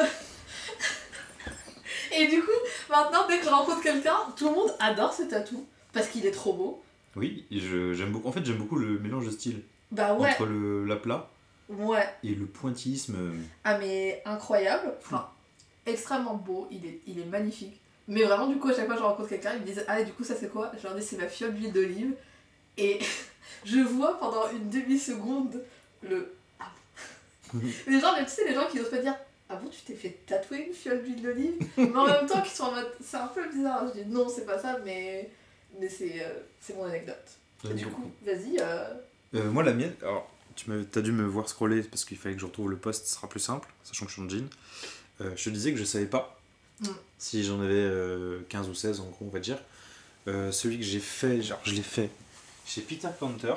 Et du coup, maintenant dès que je rencontre quelqu'un, tout le monde adore ce tatou, parce qu'il est trop beau. Oui, et je, j'aime beaucoup. En fait, j'aime beaucoup le mélange de style Bah ouais, entre le l'aplat ouais. et le pointillisme. Ah mais incroyable, enfin extrêmement beau, il est, il est magnifique. Mais vraiment, du coup, à chaque fois que je rencontre quelqu'un, ils me disent ah, et du coup, ça c'est quoi? Je leur dis c'est ma fiole d'huile d'olive. Et je vois pendant une demi-seconde le. Ah bon. Les gens, tu sais, les gens qui n'osent pas dire ah bon, tu t'es fait tatouer une fiole d'huile d'olive? Mais en même temps, qui sont en mode c'est un peu bizarre. Je dis non, c'est pas ça, mais, mais c'est, euh, c'est mon anecdote. Et du coup, vas-y. Euh... Euh, moi, la mienne, alors, tu m'as, t'as dû me voir scroller parce qu'il fallait que je retrouve le post, ce sera plus simple, sachant que je suis en jean. Euh, je te disais que je savais pas mm. si j'en avais euh, quinze ou seize, en gros, on va dire. Euh, celui que j'ai fait, genre, je l'ai fait chez Peter Panther.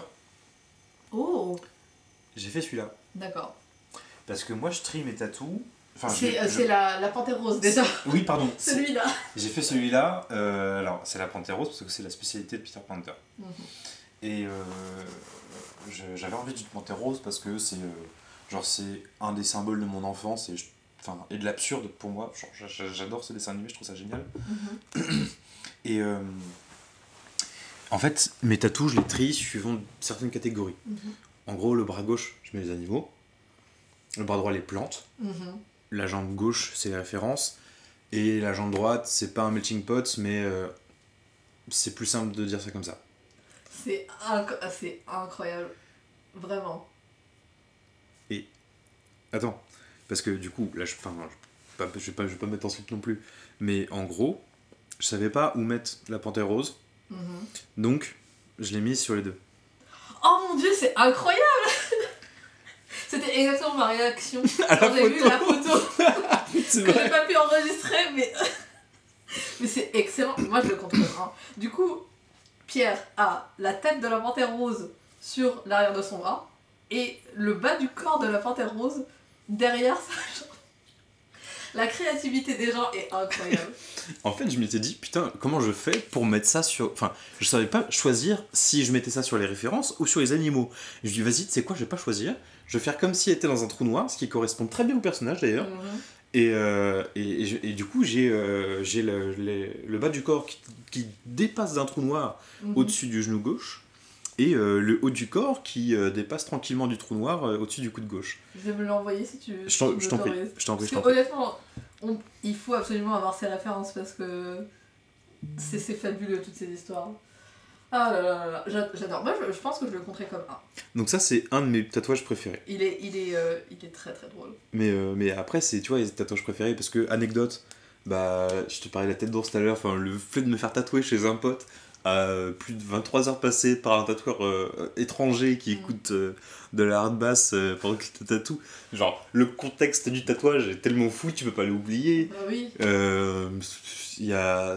Oh! J'ai fait celui-là. D'accord. Parce que moi, je trie mes tatous. Enfin, c'est je, euh, je... c'est la, la panthère rose, déjà. Oui, pardon. Celui-là. J'ai fait celui-là. Euh, alors, c'est la panthère rose parce que c'est la spécialité de Peter Panther. Mm-hmm. Et euh, je, j'avais envie d'une panthère rose parce que c'est, euh, genre, c'est un des symboles de mon enfance et, je, enfin, et de l'absurde pour moi. Genre, j'adore ce dessin animé, je trouve ça génial. Mm-hmm. Et euh, en fait, mes tatous, je les trie suivant certaines catégories. Mm-hmm. En gros, le bras gauche, je mets les animaux. Le bras droit, les plantes. Mm-hmm. La jambe gauche, c'est les références. Et la jambe droite, c'est pas un melting pot, mais euh, c'est plus simple de dire ça comme ça. C'est, inc- c'est incroyable. Vraiment. Et. Attends. Parce que du coup, là, je, enfin, je, je, vais pas, je vais pas me mettre en slip non plus. Mais en gros, je savais pas où mettre la panthère rose. Mm-hmm. Donc, je l'ai mise sur les deux. Oh mon dieu, c'est incroyable! C'était exactement ma réaction quand j'ai vu la photo. C'est que vrai. J'ai pas pu enregistrer, mais. Mais c'est excellent. Moi, je le contrôle. Hein. Du coup, Pierre a la tête de la panthère rose sur l'arrière de son bras et le bas du corps de la panthère rose derrière sa jambe. La créativité des gens est incroyable. En fait, je m'étais dit, putain, comment je fais pour mettre ça sur... Enfin, je savais pas choisir si je mettais ça sur les références ou sur les animaux. Et je dis, vas-y, tu sais quoi, je vais pas choisir. Je vais faire comme s'il était dans un trou noir, ce qui correspond très bien au personnage d'ailleurs. Mm-hmm. Et, euh, et, et, et du coup, j'ai, euh, j'ai le, le, le bas du corps qui, qui dépasse d'un trou noir mm-hmm. au-dessus du genou gauche. Et euh, le haut du corps qui euh, dépasse tranquillement du trou noir euh, au-dessus du coude gauche. Je vais me l'envoyer si tu veux. Je t'en, je t'en prie. Je t'en prie. Parce que honnêtement, on, il faut absolument avoir ces références parce que c'est, c'est fabuleux toutes ces histoires. Ah là là là là, j'adore. Moi je, je pense que je le compterais comme un. Donc ça c'est un de mes tatouages préférés. Il est, il est, euh, il est très très drôle. Mais, euh, mais après c'est, tu vois, les tatouages préférés parce que, anecdote, bah, je te parlais de la tête d'ours tout à l'heure, enfin le fait de me faire tatouer chez un pote à plus de vingt-trois heures passées par un tatoueur euh, étranger qui écoute euh, de la hard bass euh, pendant qu'il te tatoue. Genre, le contexte du tatouage est tellement fou, tu peux pas l'oublier. Bah oui. Euh, il y a...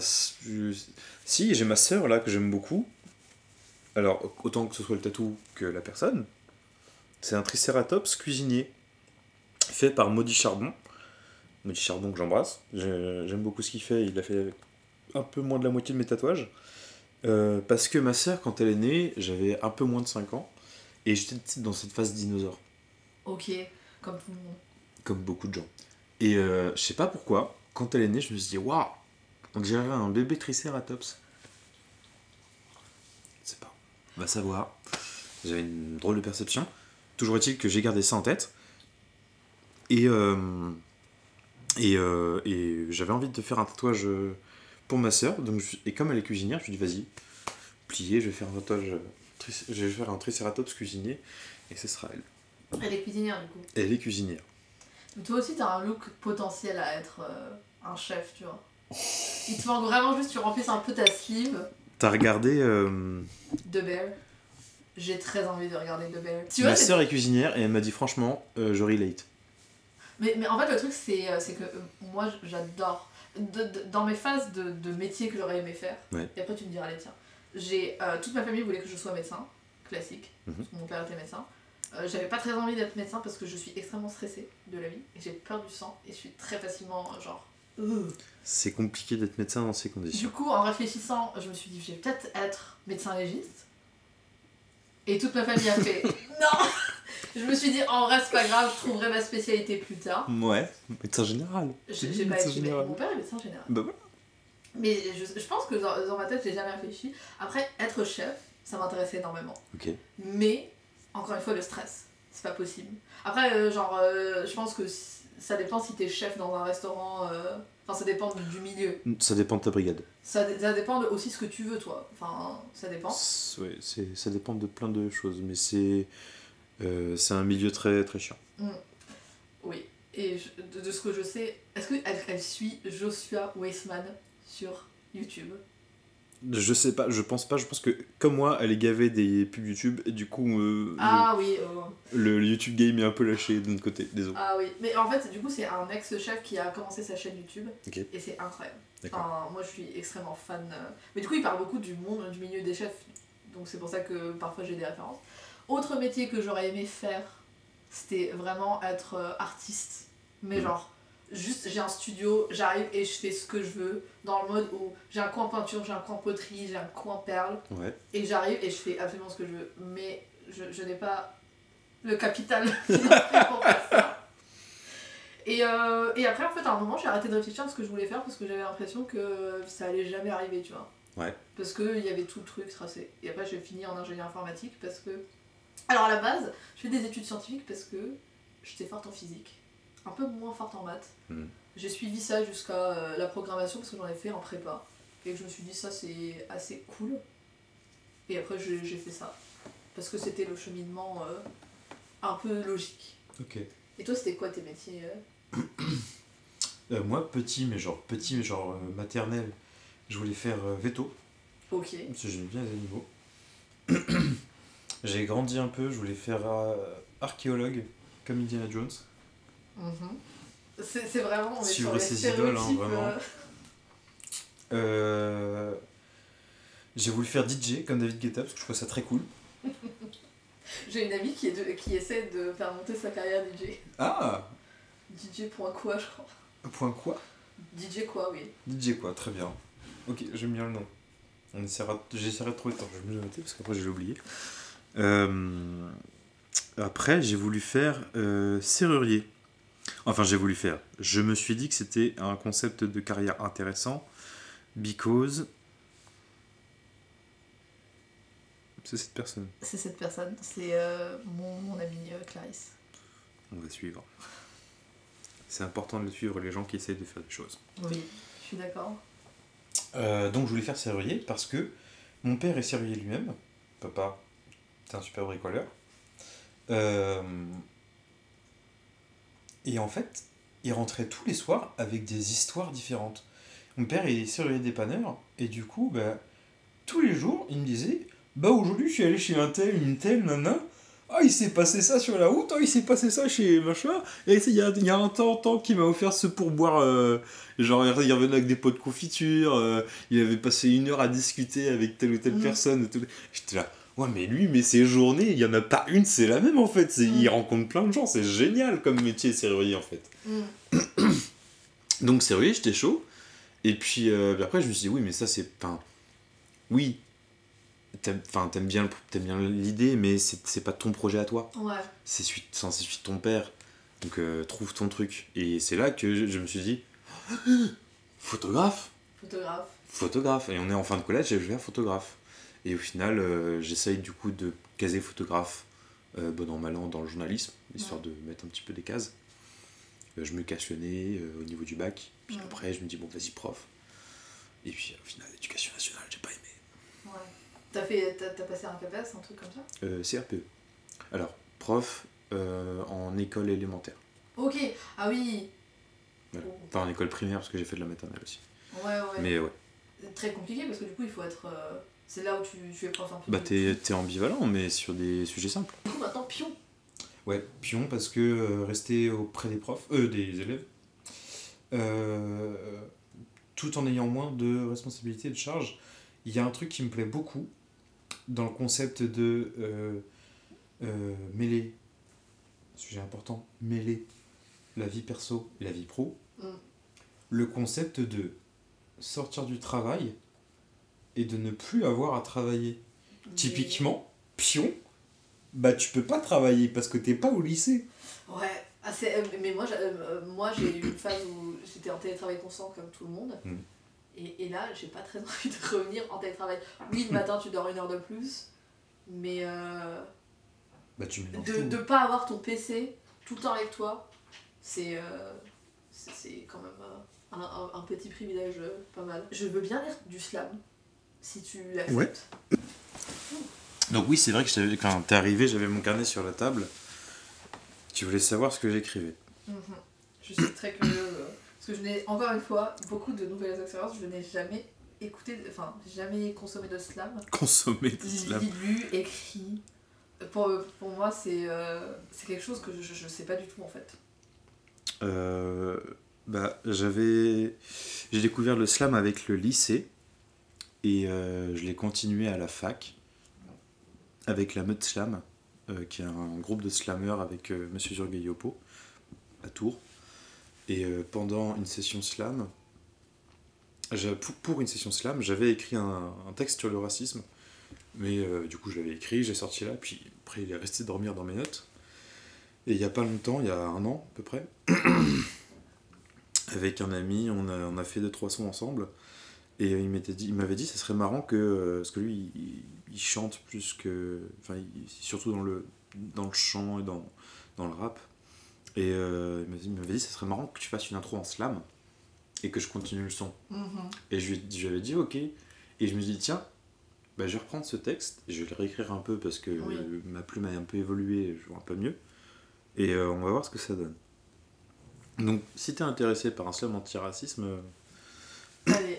Si, j'ai ma sœur là que j'aime beaucoup. Alors, autant que ce soit le tatou que la personne. C'est un tricératops cuisinier. Fait par Maudit Charbon. Maudit Charbon que j'embrasse. J'aime beaucoup ce qu'il fait. Il a fait un peu moins de la moitié de mes tatouages. Euh, parce que ma sœur, quand elle est née, j'avais un peu moins de cinq ans. Et j'étais dans cette phase dinosaure. Ok, comme tout le monde. Comme beaucoup de gens. Et euh, je sais pas pourquoi, quand elle est née, je me suis dit, waouh, on dirait un bébé tricératops. Je sais pas. On va savoir. J'avais une drôle de perception. Toujours est-il que j'ai gardé ça en tête. Et, euh, et, euh, et j'avais envie de faire un tatouage pour ma sœur. Donc je, et comme elle est cuisinière, je lui ai dit, vas-y, plié, je vais faire un tatouage. Je vais faire un tricératops cuisinier. Et ce sera elle. Elle est cuisinière du coup. Elle est cuisinière. Mais toi aussi, t'as un look potentiel à être euh, un chef, tu vois. Il te manque vraiment juste, tu remplisses un peu ta sleeve. T'as regardé euh... The Bear. J'ai très envie de regarder The Bear. Tu vois, ma sœur est cuisinière et elle m'a dit franchement, euh, je relate. Mais, mais en fait, le truc, c'est, c'est que euh, moi, j'adore. De, de, dans mes phases de, de métier que j'aurais aimé faire, ouais. Et après tu me diras les tiens. J'ai, euh, toute ma famille voulait que je sois médecin, classique, mm-hmm. Parce que mon père était médecin. Euh, j'avais pas très envie d'être médecin parce que je suis extrêmement stressée de la vie et j'ai peur du sang et je suis très facilement genre. Euh. C'est compliqué d'être médecin dans ces conditions. Du coup, en réfléchissant, je me suis dit, je vais peut-être être médecin légiste. Et toute ma famille a fait non. Je me suis dit, en vrai, c'est pas grave, je trouverai ma spécialité plus tard. Ouais, médecin général. J'ai, j'ai pas été général. Mon père est médecin général. Bah voilà. Mais je, je pense que dans, dans ma tête, j'ai jamais réfléchi. Après, être chef, ça m'intéressait énormément. Ok. Mais, encore une fois, le stress, c'est pas possible. Après, euh, genre, euh, je pense que ça dépend si t'es chef dans un restaurant euh, Enfin, ça dépend du, du milieu. Ça dépend de ta brigade. Ça, ça dépend de aussi ce que tu veux, toi. Enfin, ça dépend. C'est- Ouais, c'est, ça dépend de plein de choses, mais c'est, euh, c'est un milieu très, très chiant. Mm. Oui. Et je- de, de ce que je sais, est-ce qu'elle elle suit Joshua Weissman sur YouTube? Je sais pas, je pense pas, je pense que comme moi, elle est gavée des pubs YouTube, et du coup, euh, Ah oui. euh, le, le YouTube game est un peu lâché de notre côté, désolé. Ah oui. Mais en fait, du coup, c'est un ex-chef qui a commencé sa chaîne YouTube. Ok. Et c'est incroyable. D'accord. Enfin, moi, je suis extrêmement fan. euh, Mais du coup, il parle beaucoup du monde, du milieu des chefs. Donc c'est pour ça que parfois j'ai des références. Autre métier que j'aurais aimé faire, c'était vraiment être euh, artiste. Mais Mhm. genre, juste j'ai un studio, j'arrive et je fais ce que je veux. Dans le mode où j'ai un coin peinture, j'ai un coin poterie, j'ai un coin perle. Ouais. Et j'arrive et je fais absolument ce que je veux. Mais je, je n'ai pas le capital financier pour faire ça. Et, euh, et après, en fait, à un moment, j'ai arrêté de réfléchir à ce que je voulais faire parce que j'avais l'impression que ça allait jamais arriver, tu vois. Ouais. Parce qu'il y avait tout le truc tracé. Et après, j'ai fini en ingénieur informatique parce que. Alors, à la base, je fais des études scientifiques parce que j'étais forte en physique, un peu moins forte en maths. Mhm. J'ai suivi ça jusqu'à euh, la programmation parce que j'en ai fait en prépa. Et que je me suis dit, ça, c'est assez cool. Et après, j'ai j'ai fait ça. Parce que c'était le cheminement euh, un peu logique. Ok. Et toi, c'était quoi tes métiers euh Euh, moi, petit, mais genre petit, mais genre euh, maternel, je voulais faire euh, veto, Ok. parce que j'aime bien les animaux. J'ai grandi un peu, je voulais faire euh, archéologue, comme Indiana Jones. Mhm. C'est c'est vraiment, on est Suivre sur les ses idoles, hein, stéréotypes. vraiment. euh, Euh, J'ai voulu faire D J, comme David Guetta, parce que je trouve ça très cool. J'ai une amie qui, est de- qui essaie de faire monter sa carrière D J. Ah D J point quoi, je crois. Point quoi D J quoi, oui. D J quoi, très bien. Ok, j'aime bien le nom. On essaiera, j'essaierai de trouver le temps, je vais me le noter parce qu'après je l'ai oublié. Euh, Après, j'ai voulu faire euh, serrurier. Enfin, j'ai voulu faire. Je me suis dit que c'était un concept de carrière intéressant because. C'est cette personne. C'est cette personne, c'est euh, mon, mon amie euh, Clarisse. On va suivre. C'est important de suivre les gens qui essayent de faire des choses. Oui, je suis d'accord. Euh, donc je voulais faire serrurier parce que mon père est serrurier lui-même. Papa, c'est un super bricoleur. Euh, et en fait, il rentrait tous les soirs avec des histoires différentes. Mon père est serrurier dépanneur et du coup, bah, tous les jours, il me disait bah aujourd'hui je suis allé chez un tel, une telle, nana. Ah, il s'est passé ça sur la route, ah, il s'est passé ça chez machin. Et il y a, il y a un temps, temps qui m'a offert ce pourboire. Euh, genre, il revenait avec des pots de confiture. Euh, il avait passé une heure à discuter avec telle ou telle Mhm. personne. Et tout. J'étais là, ouais, mais lui, mais ses journées, il y en a pas une, c'est la même en fait. C'est, Mhm. Il rencontre plein de gens, c'est génial comme métier, serrurier en fait. Mm. Donc, serrurier, j'étais chaud. Et puis, euh, puis après, je me suis dit, oui, mais ça, c'est. Enfin, oui, t'aimes, enfin, t'aimes bien, le- t'aimes bien l'idée, mais c'est, c'est pas ton projet à toi. Ouais. C'est celui, enfin, c'est celui de ton père. Donc, euh, trouve ton truc. Et c'est là que je, je me suis dit, photographe, Photographe. photographe. Et on est en fin de collège, et je vais faire photographe. Et au final, euh, j'essaye du coup de caser photographe, euh, bon an, mal an, dans le journalisme, histoire Ouais. de mettre un petit peu des cases. Euh, je me casse le nez euh, au niveau du bac. Puis Ouais. après, je me dis, bon, vas-y, prof. Et puis, au final, l'éducation nationale, j'ai pas aimé. Ouais. T'as fait, t'as, t'as passé un CAPES, un truc comme ça? Euh, C R P E. Alors, prof euh, en école élémentaire. Ok. Ah oui. Voilà. Oh. Enfin, en école primaire, parce que j'ai fait de la maternelle aussi. Ouais, ouais. Mais ouais. C'est très compliqué parce que du coup, il faut être. euh, C'est là où tu, tu es prof un peu. Bah, de t'es, tout. t'es ambivalent, mais sur des sujets simples. Du coup, maintenant, pion. Ouais, pion, parce que euh, rester auprès des profs, euh, des élèves, euh, tout en ayant moins de responsabilités et de charges, il y a un truc qui me plaît beaucoup dans le concept de euh, euh, mêler, sujet important, mêler la vie perso et la vie pro. Mm. Le concept de sortir du travail et de ne plus avoir à travailler. Mais- Typiquement, pion, bah tu peux pas travailler parce que t'es pas au lycée. Ouais. Ah, c'est- euh, mais moi, j'ai, euh, moi, j'ai eu une phase où j'étais en télétravail constant comme tout le monde. Mm. Et, et là, j'ai pas très envie de revenir en télétravail. Oui, le matin, tu dors une heure de plus. Mais euh, Bah tu mélanges de tout. ne pas avoir ton P C tout le temps avec toi, c'est, euh, c'est, c'est quand même. euh, un, un, un petit privilège euh, pas mal. Je veux bien lire du slam, si tu l'acceptes. Ouais. Donc oui, c'est vrai que je quand t'es arrivé, j'avais mon carnet sur la table. Tu voulais savoir ce que j'écrivais. Mmh. Je suis très curieuse. euh, parce que je n'ai, encore une fois, beaucoup de nouvelles expériences. Je n'ai jamais écouté, enfin, jamais consommé de slam. Consommer du slam. Lu, écrit. Pour, pour moi, c'est, euh, c'est quelque chose que je ne sais pas du tout, en fait. Euh, bah, j'avais... J'ai découvert le slam avec le lycée. Et euh, je l'ai continué à la fac. Avec la Meute Slam. Euh, qui est un groupe de slammeurs avec euh, Monsieur Jurgueil-Yopo. À Tours. Et euh, pendant une session slam... Pour, pour une session slam, j'avais écrit un, un texte sur le racisme. Mais euh, du coup, je l'avais écrit, j'ai sorti là. Puis après, il est resté dormir dans mes notes. Et il n'y a pas longtemps, il y a un an à peu près, avec un ami, on a, on a fait deux trois sons ensemble. Et il, m'était dit, il m'avait dit, ça serait marrant que... Parce que lui, il, il chante plus que... Enfin, il, surtout dans le, dans le chant et dans, dans le rap. Et euh, il, m'avait dit, il m'avait dit, ça serait marrant que tu fasses une intro en slam et que je continue le son. Mm-hmm. Et je lui, je lui avais dit, ok. Et je me suis dit, tiens, bah, je vais reprendre ce texte, et je vais le réécrire un peu parce que Oui. euh, ma plume a un peu évolué, je vois un peu mieux. Et euh, on va voir ce que ça donne. Donc, si t'es intéressé par un slam anti-racisme... Euh... Allez.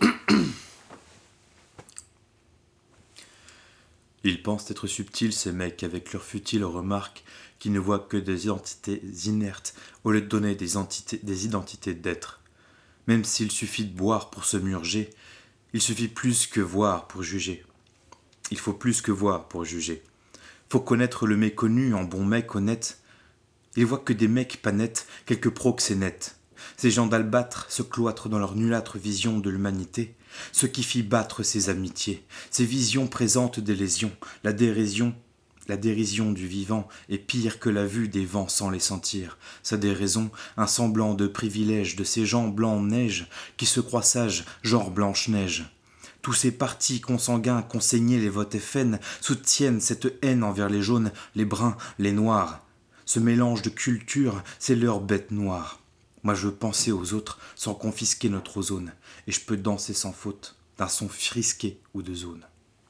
Ils pensent être subtils, ces mecs, avec leurs futiles remarques, qui ne voient que des identités inertes, au lieu de donner des, entités, des identités d'être. Même s'il suffit de boire pour se murger, il suffit plus que voir pour juger. Il faut plus que voir pour juger. Faut connaître le méconnu en bon mec honnête. Ils voient que des mecs pas nets, quelques proxénètes. Ces gens d'albâtre se cloîtrent dans leur nulâtre vision de l'humanité, ce qui fit battre ces amitiés. Ces visions présentent des lésions, la dérision, la dérision du vivant est pire que la vue des vents sans les sentir. Sa déraison, un semblant de privilège de ces gens blancs en neige qui se croient sages, genre Blanche-Neige. Tous ces partis consanguins qu'ont saigné les votes F N soutiennent cette haine envers les jaunes, les bruns, les noirs. Ce mélange de culture, c'est leur bête noire. Moi je veux penser aux autres sans confisquer notre ozone, et je peux danser sans faute d'un son frisqué ou de zone.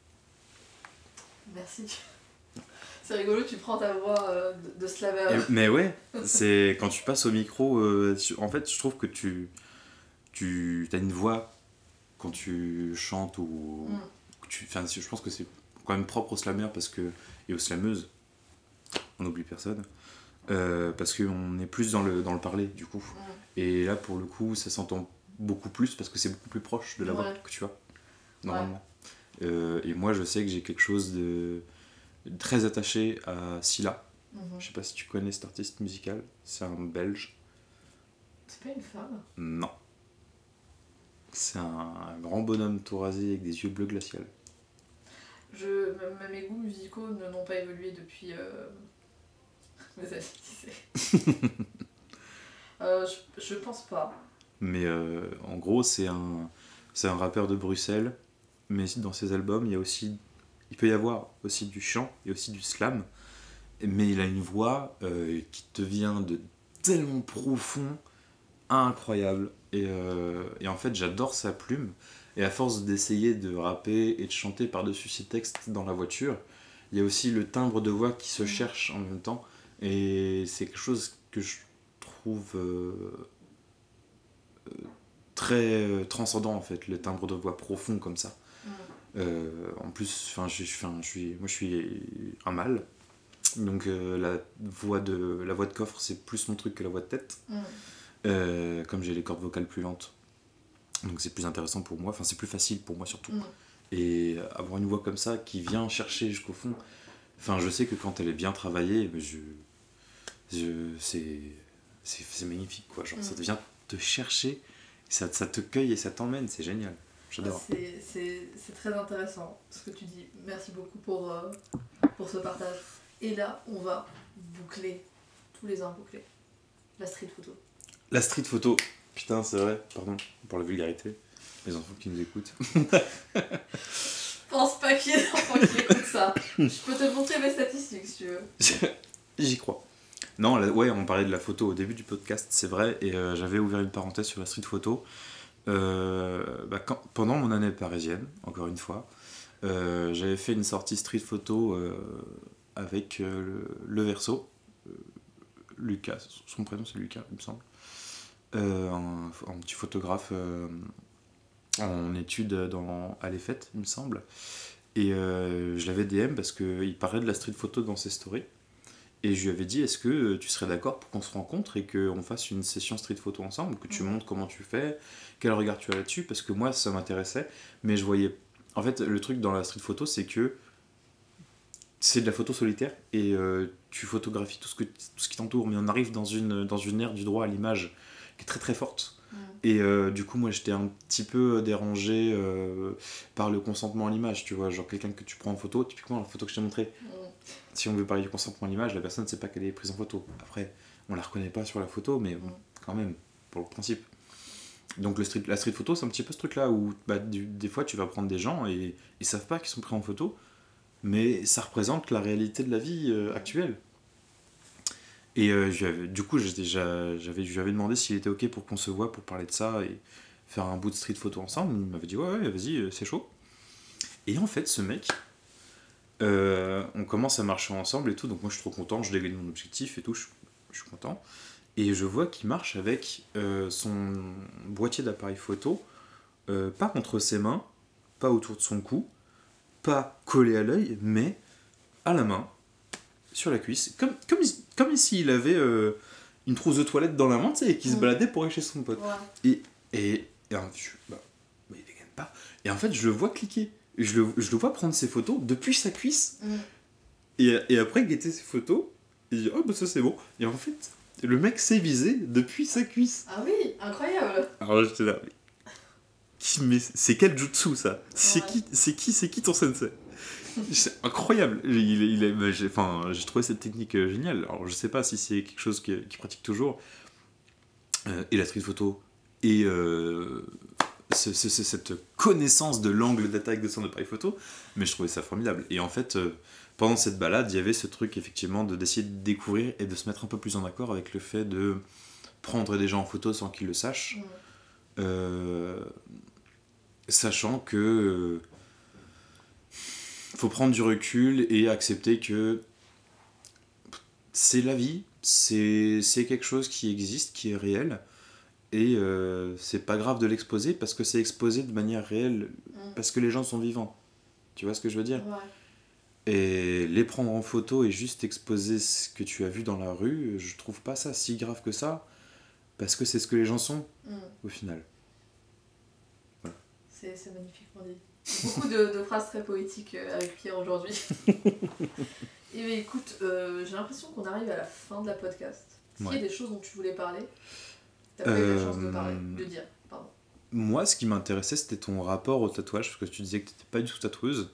Merci. C'est rigolo, tu prends ta voix euh, de, de slammer. Mais ouais, c'est quand tu passes au micro, euh, en fait je trouve que tu, tu as une voix quand tu chantes ou... Mm. Tu, je pense que c'est quand même propre aux slammers parce que, et aux slameuses, on n'oublie personne. Euh, parce qu'on est plus dans le, dans le parler du coup. Mm. Et là pour le coup ça s'entend beaucoup plus parce que c'est beaucoup plus proche de la voix ouais. que tu as normalement. Ouais. Euh, et moi je sais que j'ai quelque chose de, de très attaché à Scylla. Mm-hmm. Je sais pas si tu connais cet artiste musical, c'est un belge. C'est pas une femme? Non. C'est un, un grand bonhomme tout rasé avec des yeux bleus glacial. Je, mes goûts musicaux n'ont pas évolué depuis... Euh... mes amis, tu sais. euh, je, je pense pas. Mais euh, en gros, c'est un, c'est un rappeur de Bruxelles, mais dans ses albums, il y a aussi, il peut y avoir aussi du chant et aussi du slam, mais il a une voix euh, qui te vient de tellement profond, incroyable. Et, euh, et en fait, j'adore sa plume. Et à force d'essayer de rapper et de chanter par-dessus ses textes dans la voiture, il y a aussi le timbre de voix qui se cherche en même temps. Et c'est quelque chose que je trouve euh, euh, très euh, transcendant en fait, le timbre de voix profond comme ça. Mmh. Euh, en plus, enfin, je, je, je suis, moi je suis un mâle, donc euh, la voix de la voix de coffre c'est plus mon truc que la voix de tête. Mmh. Euh, comme j'ai les cordes vocales plus lentes, donc c'est plus intéressant pour moi. Enfin, c'est plus facile pour moi surtout. Mmh. Et avoir une voix comme ça qui vient chercher jusqu'au fond. Enfin, je sais que quand elle est bien travaillée, je Je, c'est, c'est, c'est magnifique quoi, genre mmh. ça vient te chercher, ça, ça te cueille et ça t'emmène, c'est génial, j'adore. C'est, c'est, c'est très intéressant ce que tu dis, merci beaucoup pour, euh, pour ce partage. Et là, on va boucler, tous les uns boucler, la street photo. La street photo, putain c'est vrai, pardon pour la vulgarité, les enfants qui nous écoutent. Je pense pas qu'il y ait des enfants qui écoutent ça, je peux te montrer mes statistiques si tu veux. J'y crois. Non, là, ouais, on parlait de la photo au début du podcast, c'est vrai, et euh, j'avais ouvert une parenthèse sur la street photo. Euh, bah, quand, pendant mon année parisienne, encore une fois, euh, j'avais fait une sortie street photo euh, avec euh, le, le Verso, euh, Lucas, son prénom c'est Lucas, il me semble, euh, un, un petit photographe euh, en études dans, à l'E F E T, il me semble. Et euh, je l'avais D M parce qu'il parlait de la street photo dans ses stories. Et je lui avais dit, est-ce que tu serais d'accord pour qu'on se rencontre et qu'on fasse une session street photo ensemble, que tu Mhm. montres comment tu fais, quel regard tu as là-dessus, parce que moi ça m'intéressait, mais je voyais... En fait, le truc dans la street photo, c'est que c'est de la photo solitaire et euh, tu photographies tout ce, que, tout ce qui t'entoure, mais on arrive dans une, dans une ère du droit à l'image qui est très très forte. Mhm. Et euh, du coup, moi j'étais un petit peu dérangé euh, par le consentement à l'image, tu vois, genre quelqu'un que tu prends en photo, typiquement la photo que je t'ai montrée. Mhm. Si on veut parler du consentement à l'image, la personne ne sait pas qu'elle est prise en photo. Après, on la reconnaît pas sur la photo, mais bon, quand même, pour le principe. Donc le street, la street photo, c'est un petit peu ce truc-là où bah, du, des fois tu vas prendre des gens et ils savent pas qu'ils sont pris en photo, mais ça représente la réalité de la vie euh, actuelle. Et euh, j'avais- du coup, j'étais- j'a- j'avais, je lui avais demandé s'il était ok pour qu'on se voit pour parler de ça et faire un bout de street photo ensemble. Il m'avait dit ouais, ouais vas-y, euh, c'est chaud. Et en fait, ce mec, euh, on commence à marcher ensemble et tout, donc moi je suis trop content, je dégaine mon objectif et tout, je, je suis content. Et je vois qu'il marche avec euh, son boîtier d'appareil photo, euh, pas entre ses mains, pas autour de son cou, pas collé à l'œil, mais à la main, sur la cuisse, comme, comme, comme s'il avait euh, une trousse de toilette dans la main, tu sais, et qu'il se Mm. baladait pour aller chez son pote. Ouais. Et, et, et un- je, bah, bah, il dégaine pas. Et en fait, je le vois cliquer. Et je le, je le vois prendre ses photos depuis sa cuisse. Mm. Et, et après, guetter ses photos. Et il dit, oh, bah ça c'est bon. Et en fait, le mec s'est visé depuis sa cuisse. Ah oui, incroyable. Alors là, j'étais là, mais, qui, mais c'est quel jutsu ça? C'est Ouais. qui, c'est qui, c'est qui ton sensei? C'est incroyable. Il, il est- bah, j'ai, enfin, j'ai trouvé cette technique euh, géniale. Alors, je sais pas si c'est quelque chose qu'il qu'il pratique toujours. Euh, et la street photo. Et euh, ce- ce- ce- cette connaissance de l'angle d'attaque de son appareil photo. Mais je trouvais ça formidable. Et en fait, euh, pendant cette balade, il y avait ce truc, effectivement, de, d'essayer de découvrir et de se mettre un peu plus en accord avec le fait de prendre des gens en photo sans qu'ils le sachent. Mm. Euh, sachant que... euh, faut prendre du recul et accepter que c'est la vie, c'est, c'est quelque chose qui existe, qui est réel, et euh, c'est pas grave de l'exposer parce que c'est exposé de manière réelle, Mm. parce que les gens sont vivants. Tu vois ce que je veux dire? Ouais. Et les prendre en photo et juste exposer ce que tu as vu dans la rue, je trouve pas ça si grave que ça, parce que c'est ce que les gens sont, Mm. au final. C'est, c'est magnifiquement dit. Beaucoup de, de phrases très poétiques euh, avec Pierre aujourd'hui. Et bien écoute, euh, j'ai l'impression qu'on arrive à la fin de la podcast. Est-ce qu'il y a Ouais. des choses dont tu voulais parler? T'as pas eu la chance de Euh, parler, de dire, pardon. Moi, ce qui m'intéressait, c'était ton rapport au tatouage, parce que tu disais que t'étais pas du tout tatoueuse.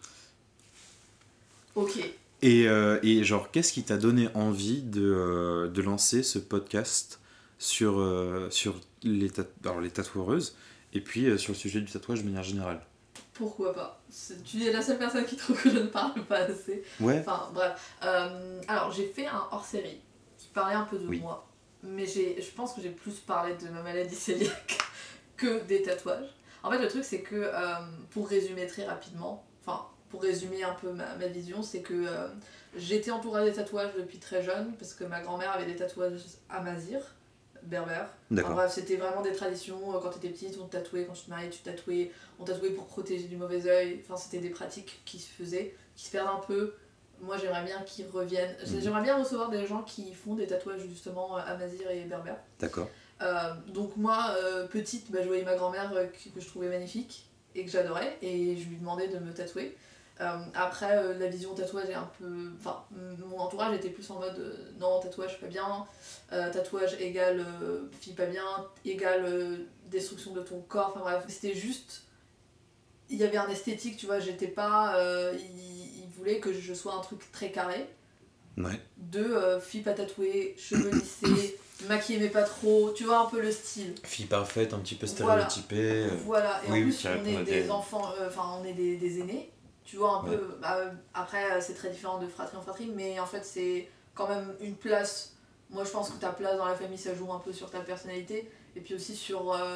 Ok. Et, euh, et genre, qu'est-ce qui t'a donné envie de, euh, de lancer ce podcast sur, euh, sur les, tat- alors, les tatoueuses et puis euh, sur le sujet du tatouage de manière générale? Pourquoi pas? C'est- Tu es la seule personne qui trouve que je ne parle pas assez. Ouais. Enfin bref. Euh, alors j'ai fait un hors-série qui parlait un peu de Oui. moi. Mais j'ai, je pense que j'ai plus parlé de ma maladie cœliaque que des tatouages. En fait le truc c'est que, euh, pour résumer très rapidement, enfin pour résumer un peu ma, ma vision, c'est que euh, j'étais entourée des tatouages depuis très jeune parce que ma grand-mère avait des tatouages amazigh, berbères. D'accord. Enfin bref, c'était vraiment des traditions. euh, Quand t'étais petite, on te tatouait, quand tu te mariais, tu te tatouais, on tatouait pour protéger du mauvais œil. Enfin, c'était des pratiques qui se faisaient, qui se perdent un peu. Moi, j'aimerais bien qu'ils reviennent. Mhm. J'aimerais bien recevoir des gens qui font des tatouages justement euh, amazigh et berbères. D'accord. Euh, donc moi, euh, petite, bah, je voyais ma grand-mère euh, que, que je trouvais magnifique et que j'adorais, et je lui demandais de me tatouer. Euh, après, euh, la vision tatouage est un peu... Enfin, m- mon entourage était plus en mode euh, non, tatouage pas bien, euh, tatouage égale euh, fille pas bien, égale euh, destruction de ton corps, enfin bref, c'était juste... Il y avait un esthétique, tu vois, j'étais pas... Euh, il, il voulait que je sois un truc très carré, Ouais. de euh, fille pas tatouée, cheveux lissés, maquillée mais pas trop, tu vois un peu le style. Fille parfaite, un petit peu Voilà. stéréotypée. euh, Voilà, et oui, en oui, plus qui on répond est à des des- enfants, euh, enfin on est des, des aînés, tu vois un Ouais. peu, bah, euh, après euh, c'est très différent de fratrie en fratrie, mais en fait c'est quand même une place, moi je pense que ta place dans la famille ça joue un peu sur ta personnalité, et puis aussi sur euh,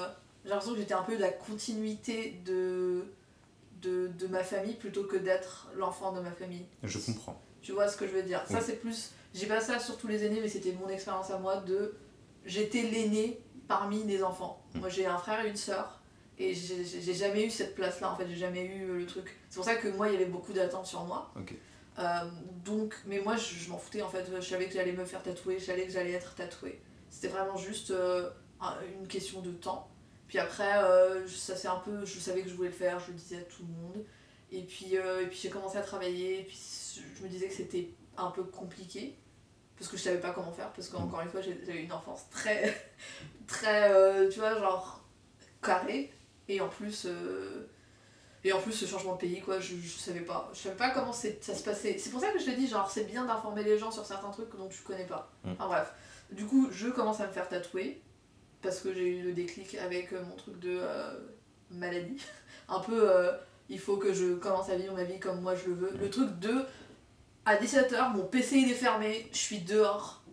j'ai l'impression que j'étais un peu la continuité de, de, de ma famille plutôt que d'être l'enfant de ma famille. Je comprends. Tu vois ce que je veux dire? Oui. Ça, c'est plus. J'ai pas ça sur tous les aînés, mais c'était mon expérience à moi de. J'étais l'aîné parmi les enfants. Mm. Moi, j'ai un frère et une sœur. Et j'ai, j'ai jamais eu cette place-là, en fait. J'ai jamais eu le truc. C'est pour ça que moi, il y avait beaucoup d'attentes sur moi. Ok. Euh, donc, mais moi, je, je m'en foutais, en fait. Je savais que j'allais me faire tatouer. Je savais que j'allais être tatouée. C'était vraiment juste euh, une question de temps. Puis après, euh, ça c'est un peu. Je savais que je voulais le faire. Je le disais à tout le monde. Et puis, euh, et puis j'ai commencé à travailler. Et puis je me disais que c'était un peu compliqué parce que je savais pas comment faire, parce qu'encore une fois j'ai, j'ai eu une enfance très très euh, tu vois, genre carrée, et en plus euh, et en plus ce changement de pays, quoi, je, je savais pas je savais pas comment c'est, ça se passait. C'est pour ça que je te dis, genre, c'est bien d'informer les gens sur certains trucs dont tu connais pas. Mm. Enfin bref, du coup je commence à me faire tatouer parce que j'ai eu le déclic avec mon truc de euh, maladie un peu euh, il faut que je commence à vivre ma vie comme moi je le veux. Le truc de à dix-sept heures, mon P C il est fermé, je suis dehors.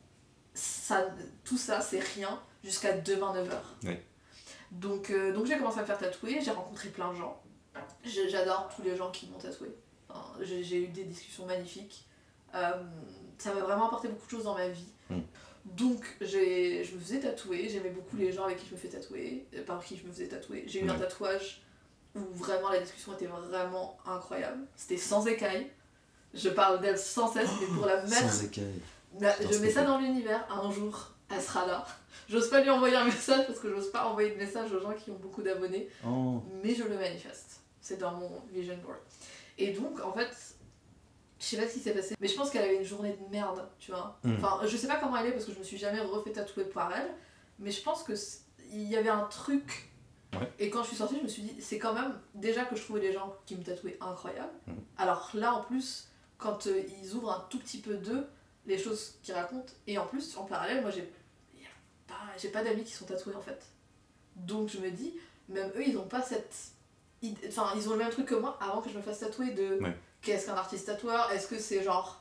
Ça, tout ça, c'est rien jusqu'à demain neuf heures. Oui. Donc, euh, donc j'ai commencé à me faire tatouer, j'ai rencontré plein de gens. J'ai, j'adore tous les gens qui m'ont tatoué. Enfin, j'ai, j'ai eu des discussions magnifiques. Euh, ça m'a vraiment apporté beaucoup de choses dans ma vie. Mm. Donc j'ai, je me faisais tatouer, j'aimais beaucoup les gens avec qui je me fais tatouer, par qui je me faisais tatouer. J'ai eu Ouais. un tatouage où vraiment la discussion était vraiment incroyable. C'était sans écailles. Je parle d'elle sans cesse, mais pour la mettre. Sans écaille. Bah, Putain, je mets ça cool. dans l'univers, un jour, elle sera là. J'ose pas lui envoyer un message parce que j'ose pas envoyer de message aux gens qui ont beaucoup d'abonnés, Oh. mais je le manifeste. C'est dans mon vision board. Et donc, en fait, je sais pas ce qui s'est passé, mais je pense qu'elle avait une journée de merde, tu vois. Mm. Enfin, je sais pas comment elle est parce que je me suis jamais refait tatouer par elle, mais je pense que il y avait un truc. Ouais. Et quand je suis sortie, je me suis dit, c'est quand même déjà que je trouvais les gens qui me tatouaient incroyables. Mm. Alors là, en plus, quand euh, ils ouvrent un tout petit peu d'eux, les choses qu'ils racontent, et en plus, en parallèle, moi j'ai pas, j'ai pas d'amis qui sont tatoués en fait. Donc je me dis, même eux, ils ont pas cette. idée- Enfin, ils ont le même truc que moi avant que je me fasse tatouer de. Ouais. Qu'est-ce qu'un artiste tatoueur? Est-ce que c'est genre.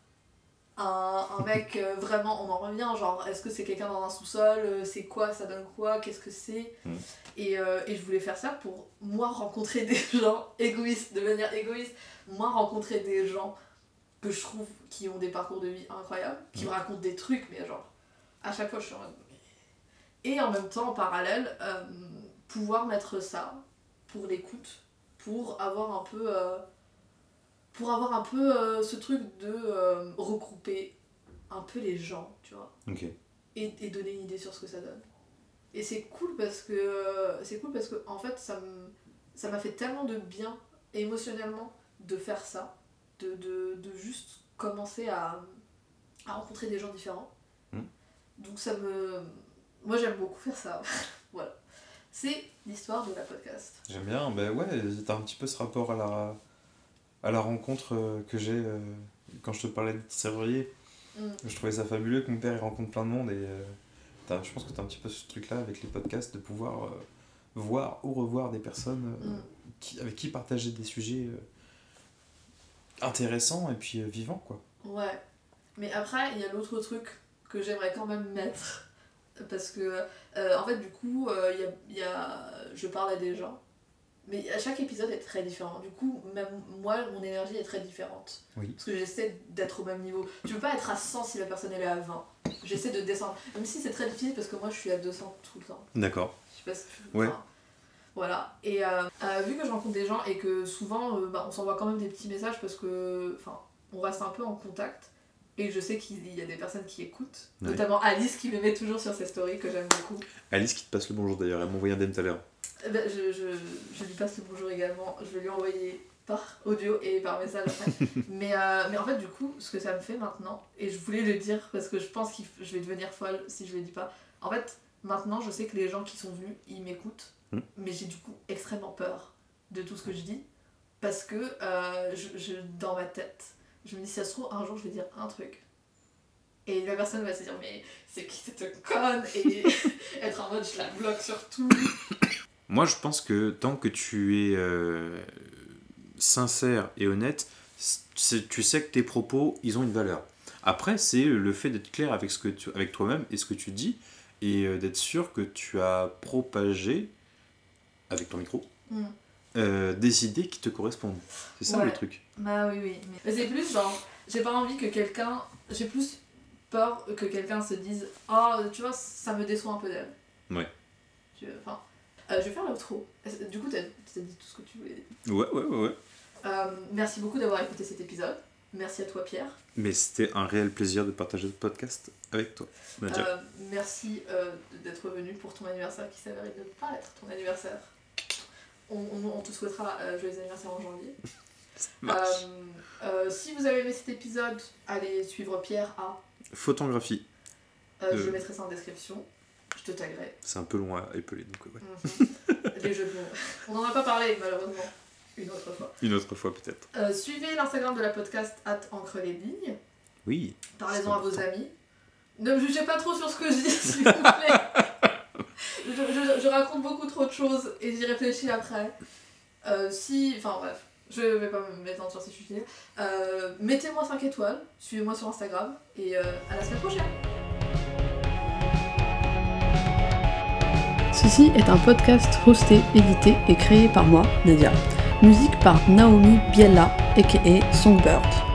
Un, un mec euh, vraiment, on en revient, genre est-ce que c'est quelqu'un dans un sous-sol, euh, c'est quoi, ça donne quoi, qu'est-ce que c'est? Mm. et, euh, et je voulais faire ça pour moi rencontrer des gens égoïstes, de manière égoïste, moi rencontrer des gens que je trouve qui ont des parcours de vie incroyables, qui Mm. me racontent des trucs, mais genre à chaque fois je suis en mode. Et en même temps, en parallèle, euh, pouvoir mettre ça pour l'écoute, pour avoir un peu. Euh, pour avoir un peu euh, ce truc de euh, regrouper un peu les gens, tu vois, Ok. et, et donner une idée sur ce que ça donne. Et c'est cool parce que euh, c'est cool parce que en fait ça me ça m'a fait tellement de bien émotionnellement de faire ça, de, de, de juste commencer à, à rencontrer des gens différents. Mm. Donc ça me moi j'aime beaucoup faire ça. Voilà. C'est l'histoire de la podcast. J'aime bien. Bah ouais, t'as un petit peu ce rapport à la, à la rencontre euh, que j'ai euh, quand je te parlais de serrurier. Mm. Je trouvais ça fabuleux que mon père il rencontre plein de monde et euh, t'as- je pense que t'as un petit peu ce truc là avec les podcasts de pouvoir euh, voir ou revoir des personnes euh, Mm. qui, avec qui partager des sujets euh, intéressants et puis euh, vivants quoi. Ouais. Mais après, il y a l'autre truc que j'aimerais quand même mettre. Parce que, euh, en fait, du coup, euh, y a, y a... je parle à des gens. Mais à chaque épisode est très différent. Du coup, même moi, mon énergie est très différente. Oui. Parce que j'essaie d'être au même niveau. Je peux pas être à cent si la personne elle est à vingt. J'essaie de descendre. Même si c'est très difficile parce que moi, je suis à deux cents tout le temps. D'accord. Je sais pas si tu... Ouais. enfin, voilà. Et euh, euh, vu que je rencontre des gens et que souvent, euh, bah, on s'envoie quand même des petits messages parce que, enfin, on reste un peu en contact. Et je sais qu'il y a des personnes qui écoutent. Ouais. Notamment Alice qui me met toujours sur ses stories, que j'aime beaucoup. Alice qui te passe le bonjour d'ailleurs, elle m'a envoyé un D M tout à l'heure. Eh ben, je, je, je lui passe le bonjour également. Je vais lui envoyer par audio et par message après. mais, euh, mais en fait, du coup, ce que ça me fait maintenant, et je voulais le dire parce que je pense que je vais devenir folle si je le dis pas. En fait, maintenant, je sais que les gens qui sont venus, ils m'écoutent. Mm. Mais j'ai du coup extrêmement peur de tout ce que je dis. Parce que euh, je, je, dans ma tête, je me dis, si ça se trouve, un jour, je vais dire un truc. Et la personne va se dire, mais c'est qui cette conne? Et être en mode, je la bloque sur tout. Moi je pense que tant que tu es euh, sincère et honnête, c'est- tu sais que tes propos, ils ont une valeur. Après, c'est le fait d'être clair avec, ce que tu, avec toi-même et ce que tu dis, et euh, d'être sûr que tu as propagé, avec ton micro, Mm. euh, des idées qui te correspondent. C'est ça Ouais. le truc. Bah oui, oui. Mais c'est plus genre, j'ai pas envie que quelqu'un. J'ai plus peur que quelqu'un se dise ah, tu vois, ça me déçoit un peu d'elle. Ouais. Tu- Enfin, euh, je vais faire l'outro. Du coup, t'as t'as dit tout ce que tu voulais dire. Ouais, ouais, ouais, ouais. Euh, merci beaucoup d'avoir écouté cet épisode. Merci à toi, Pierre. Mais c'était un réel plaisir de partager ce podcast avec toi, Nadia. Euh, merci euh, d'être venu pour ton anniversaire qui s'avérait ne pas être ton anniversaire. On, on, on te souhaitera euh, joyeux anniversaire en janvier. Ça marche. Euh, euh, si vous avez aimé cet épisode, allez suivre Pierre à. Photographie. Euh, Euh. Je mettrai ça en description. Je te taguerai. C'est un peu loin à épeler, donc ouais. Mhm. Les jeux de mots. On n'en a pas parlé, malheureusement. Une autre fois. Une autre fois peut-être. Euh, suivez l'Instagram de la podcast at encre les lignes. Oui. Parlez-en c'est à vos important. amis. Ne me jugez pas trop sur ce que je dis, s'il vous plaît. je, je, je raconte beaucoup trop de choses et j'y réfléchis après. Euh, si... Enfin bref, je vais pas me m'étendre sur ces sujets. Euh, mettez-moi cinq étoiles, suivez-moi sur Instagram et euh, à la semaine prochaine. Ceci est un podcast hosté, édité et créé par moi, Nadia. Musique par Naomi Biella, aka Songbird.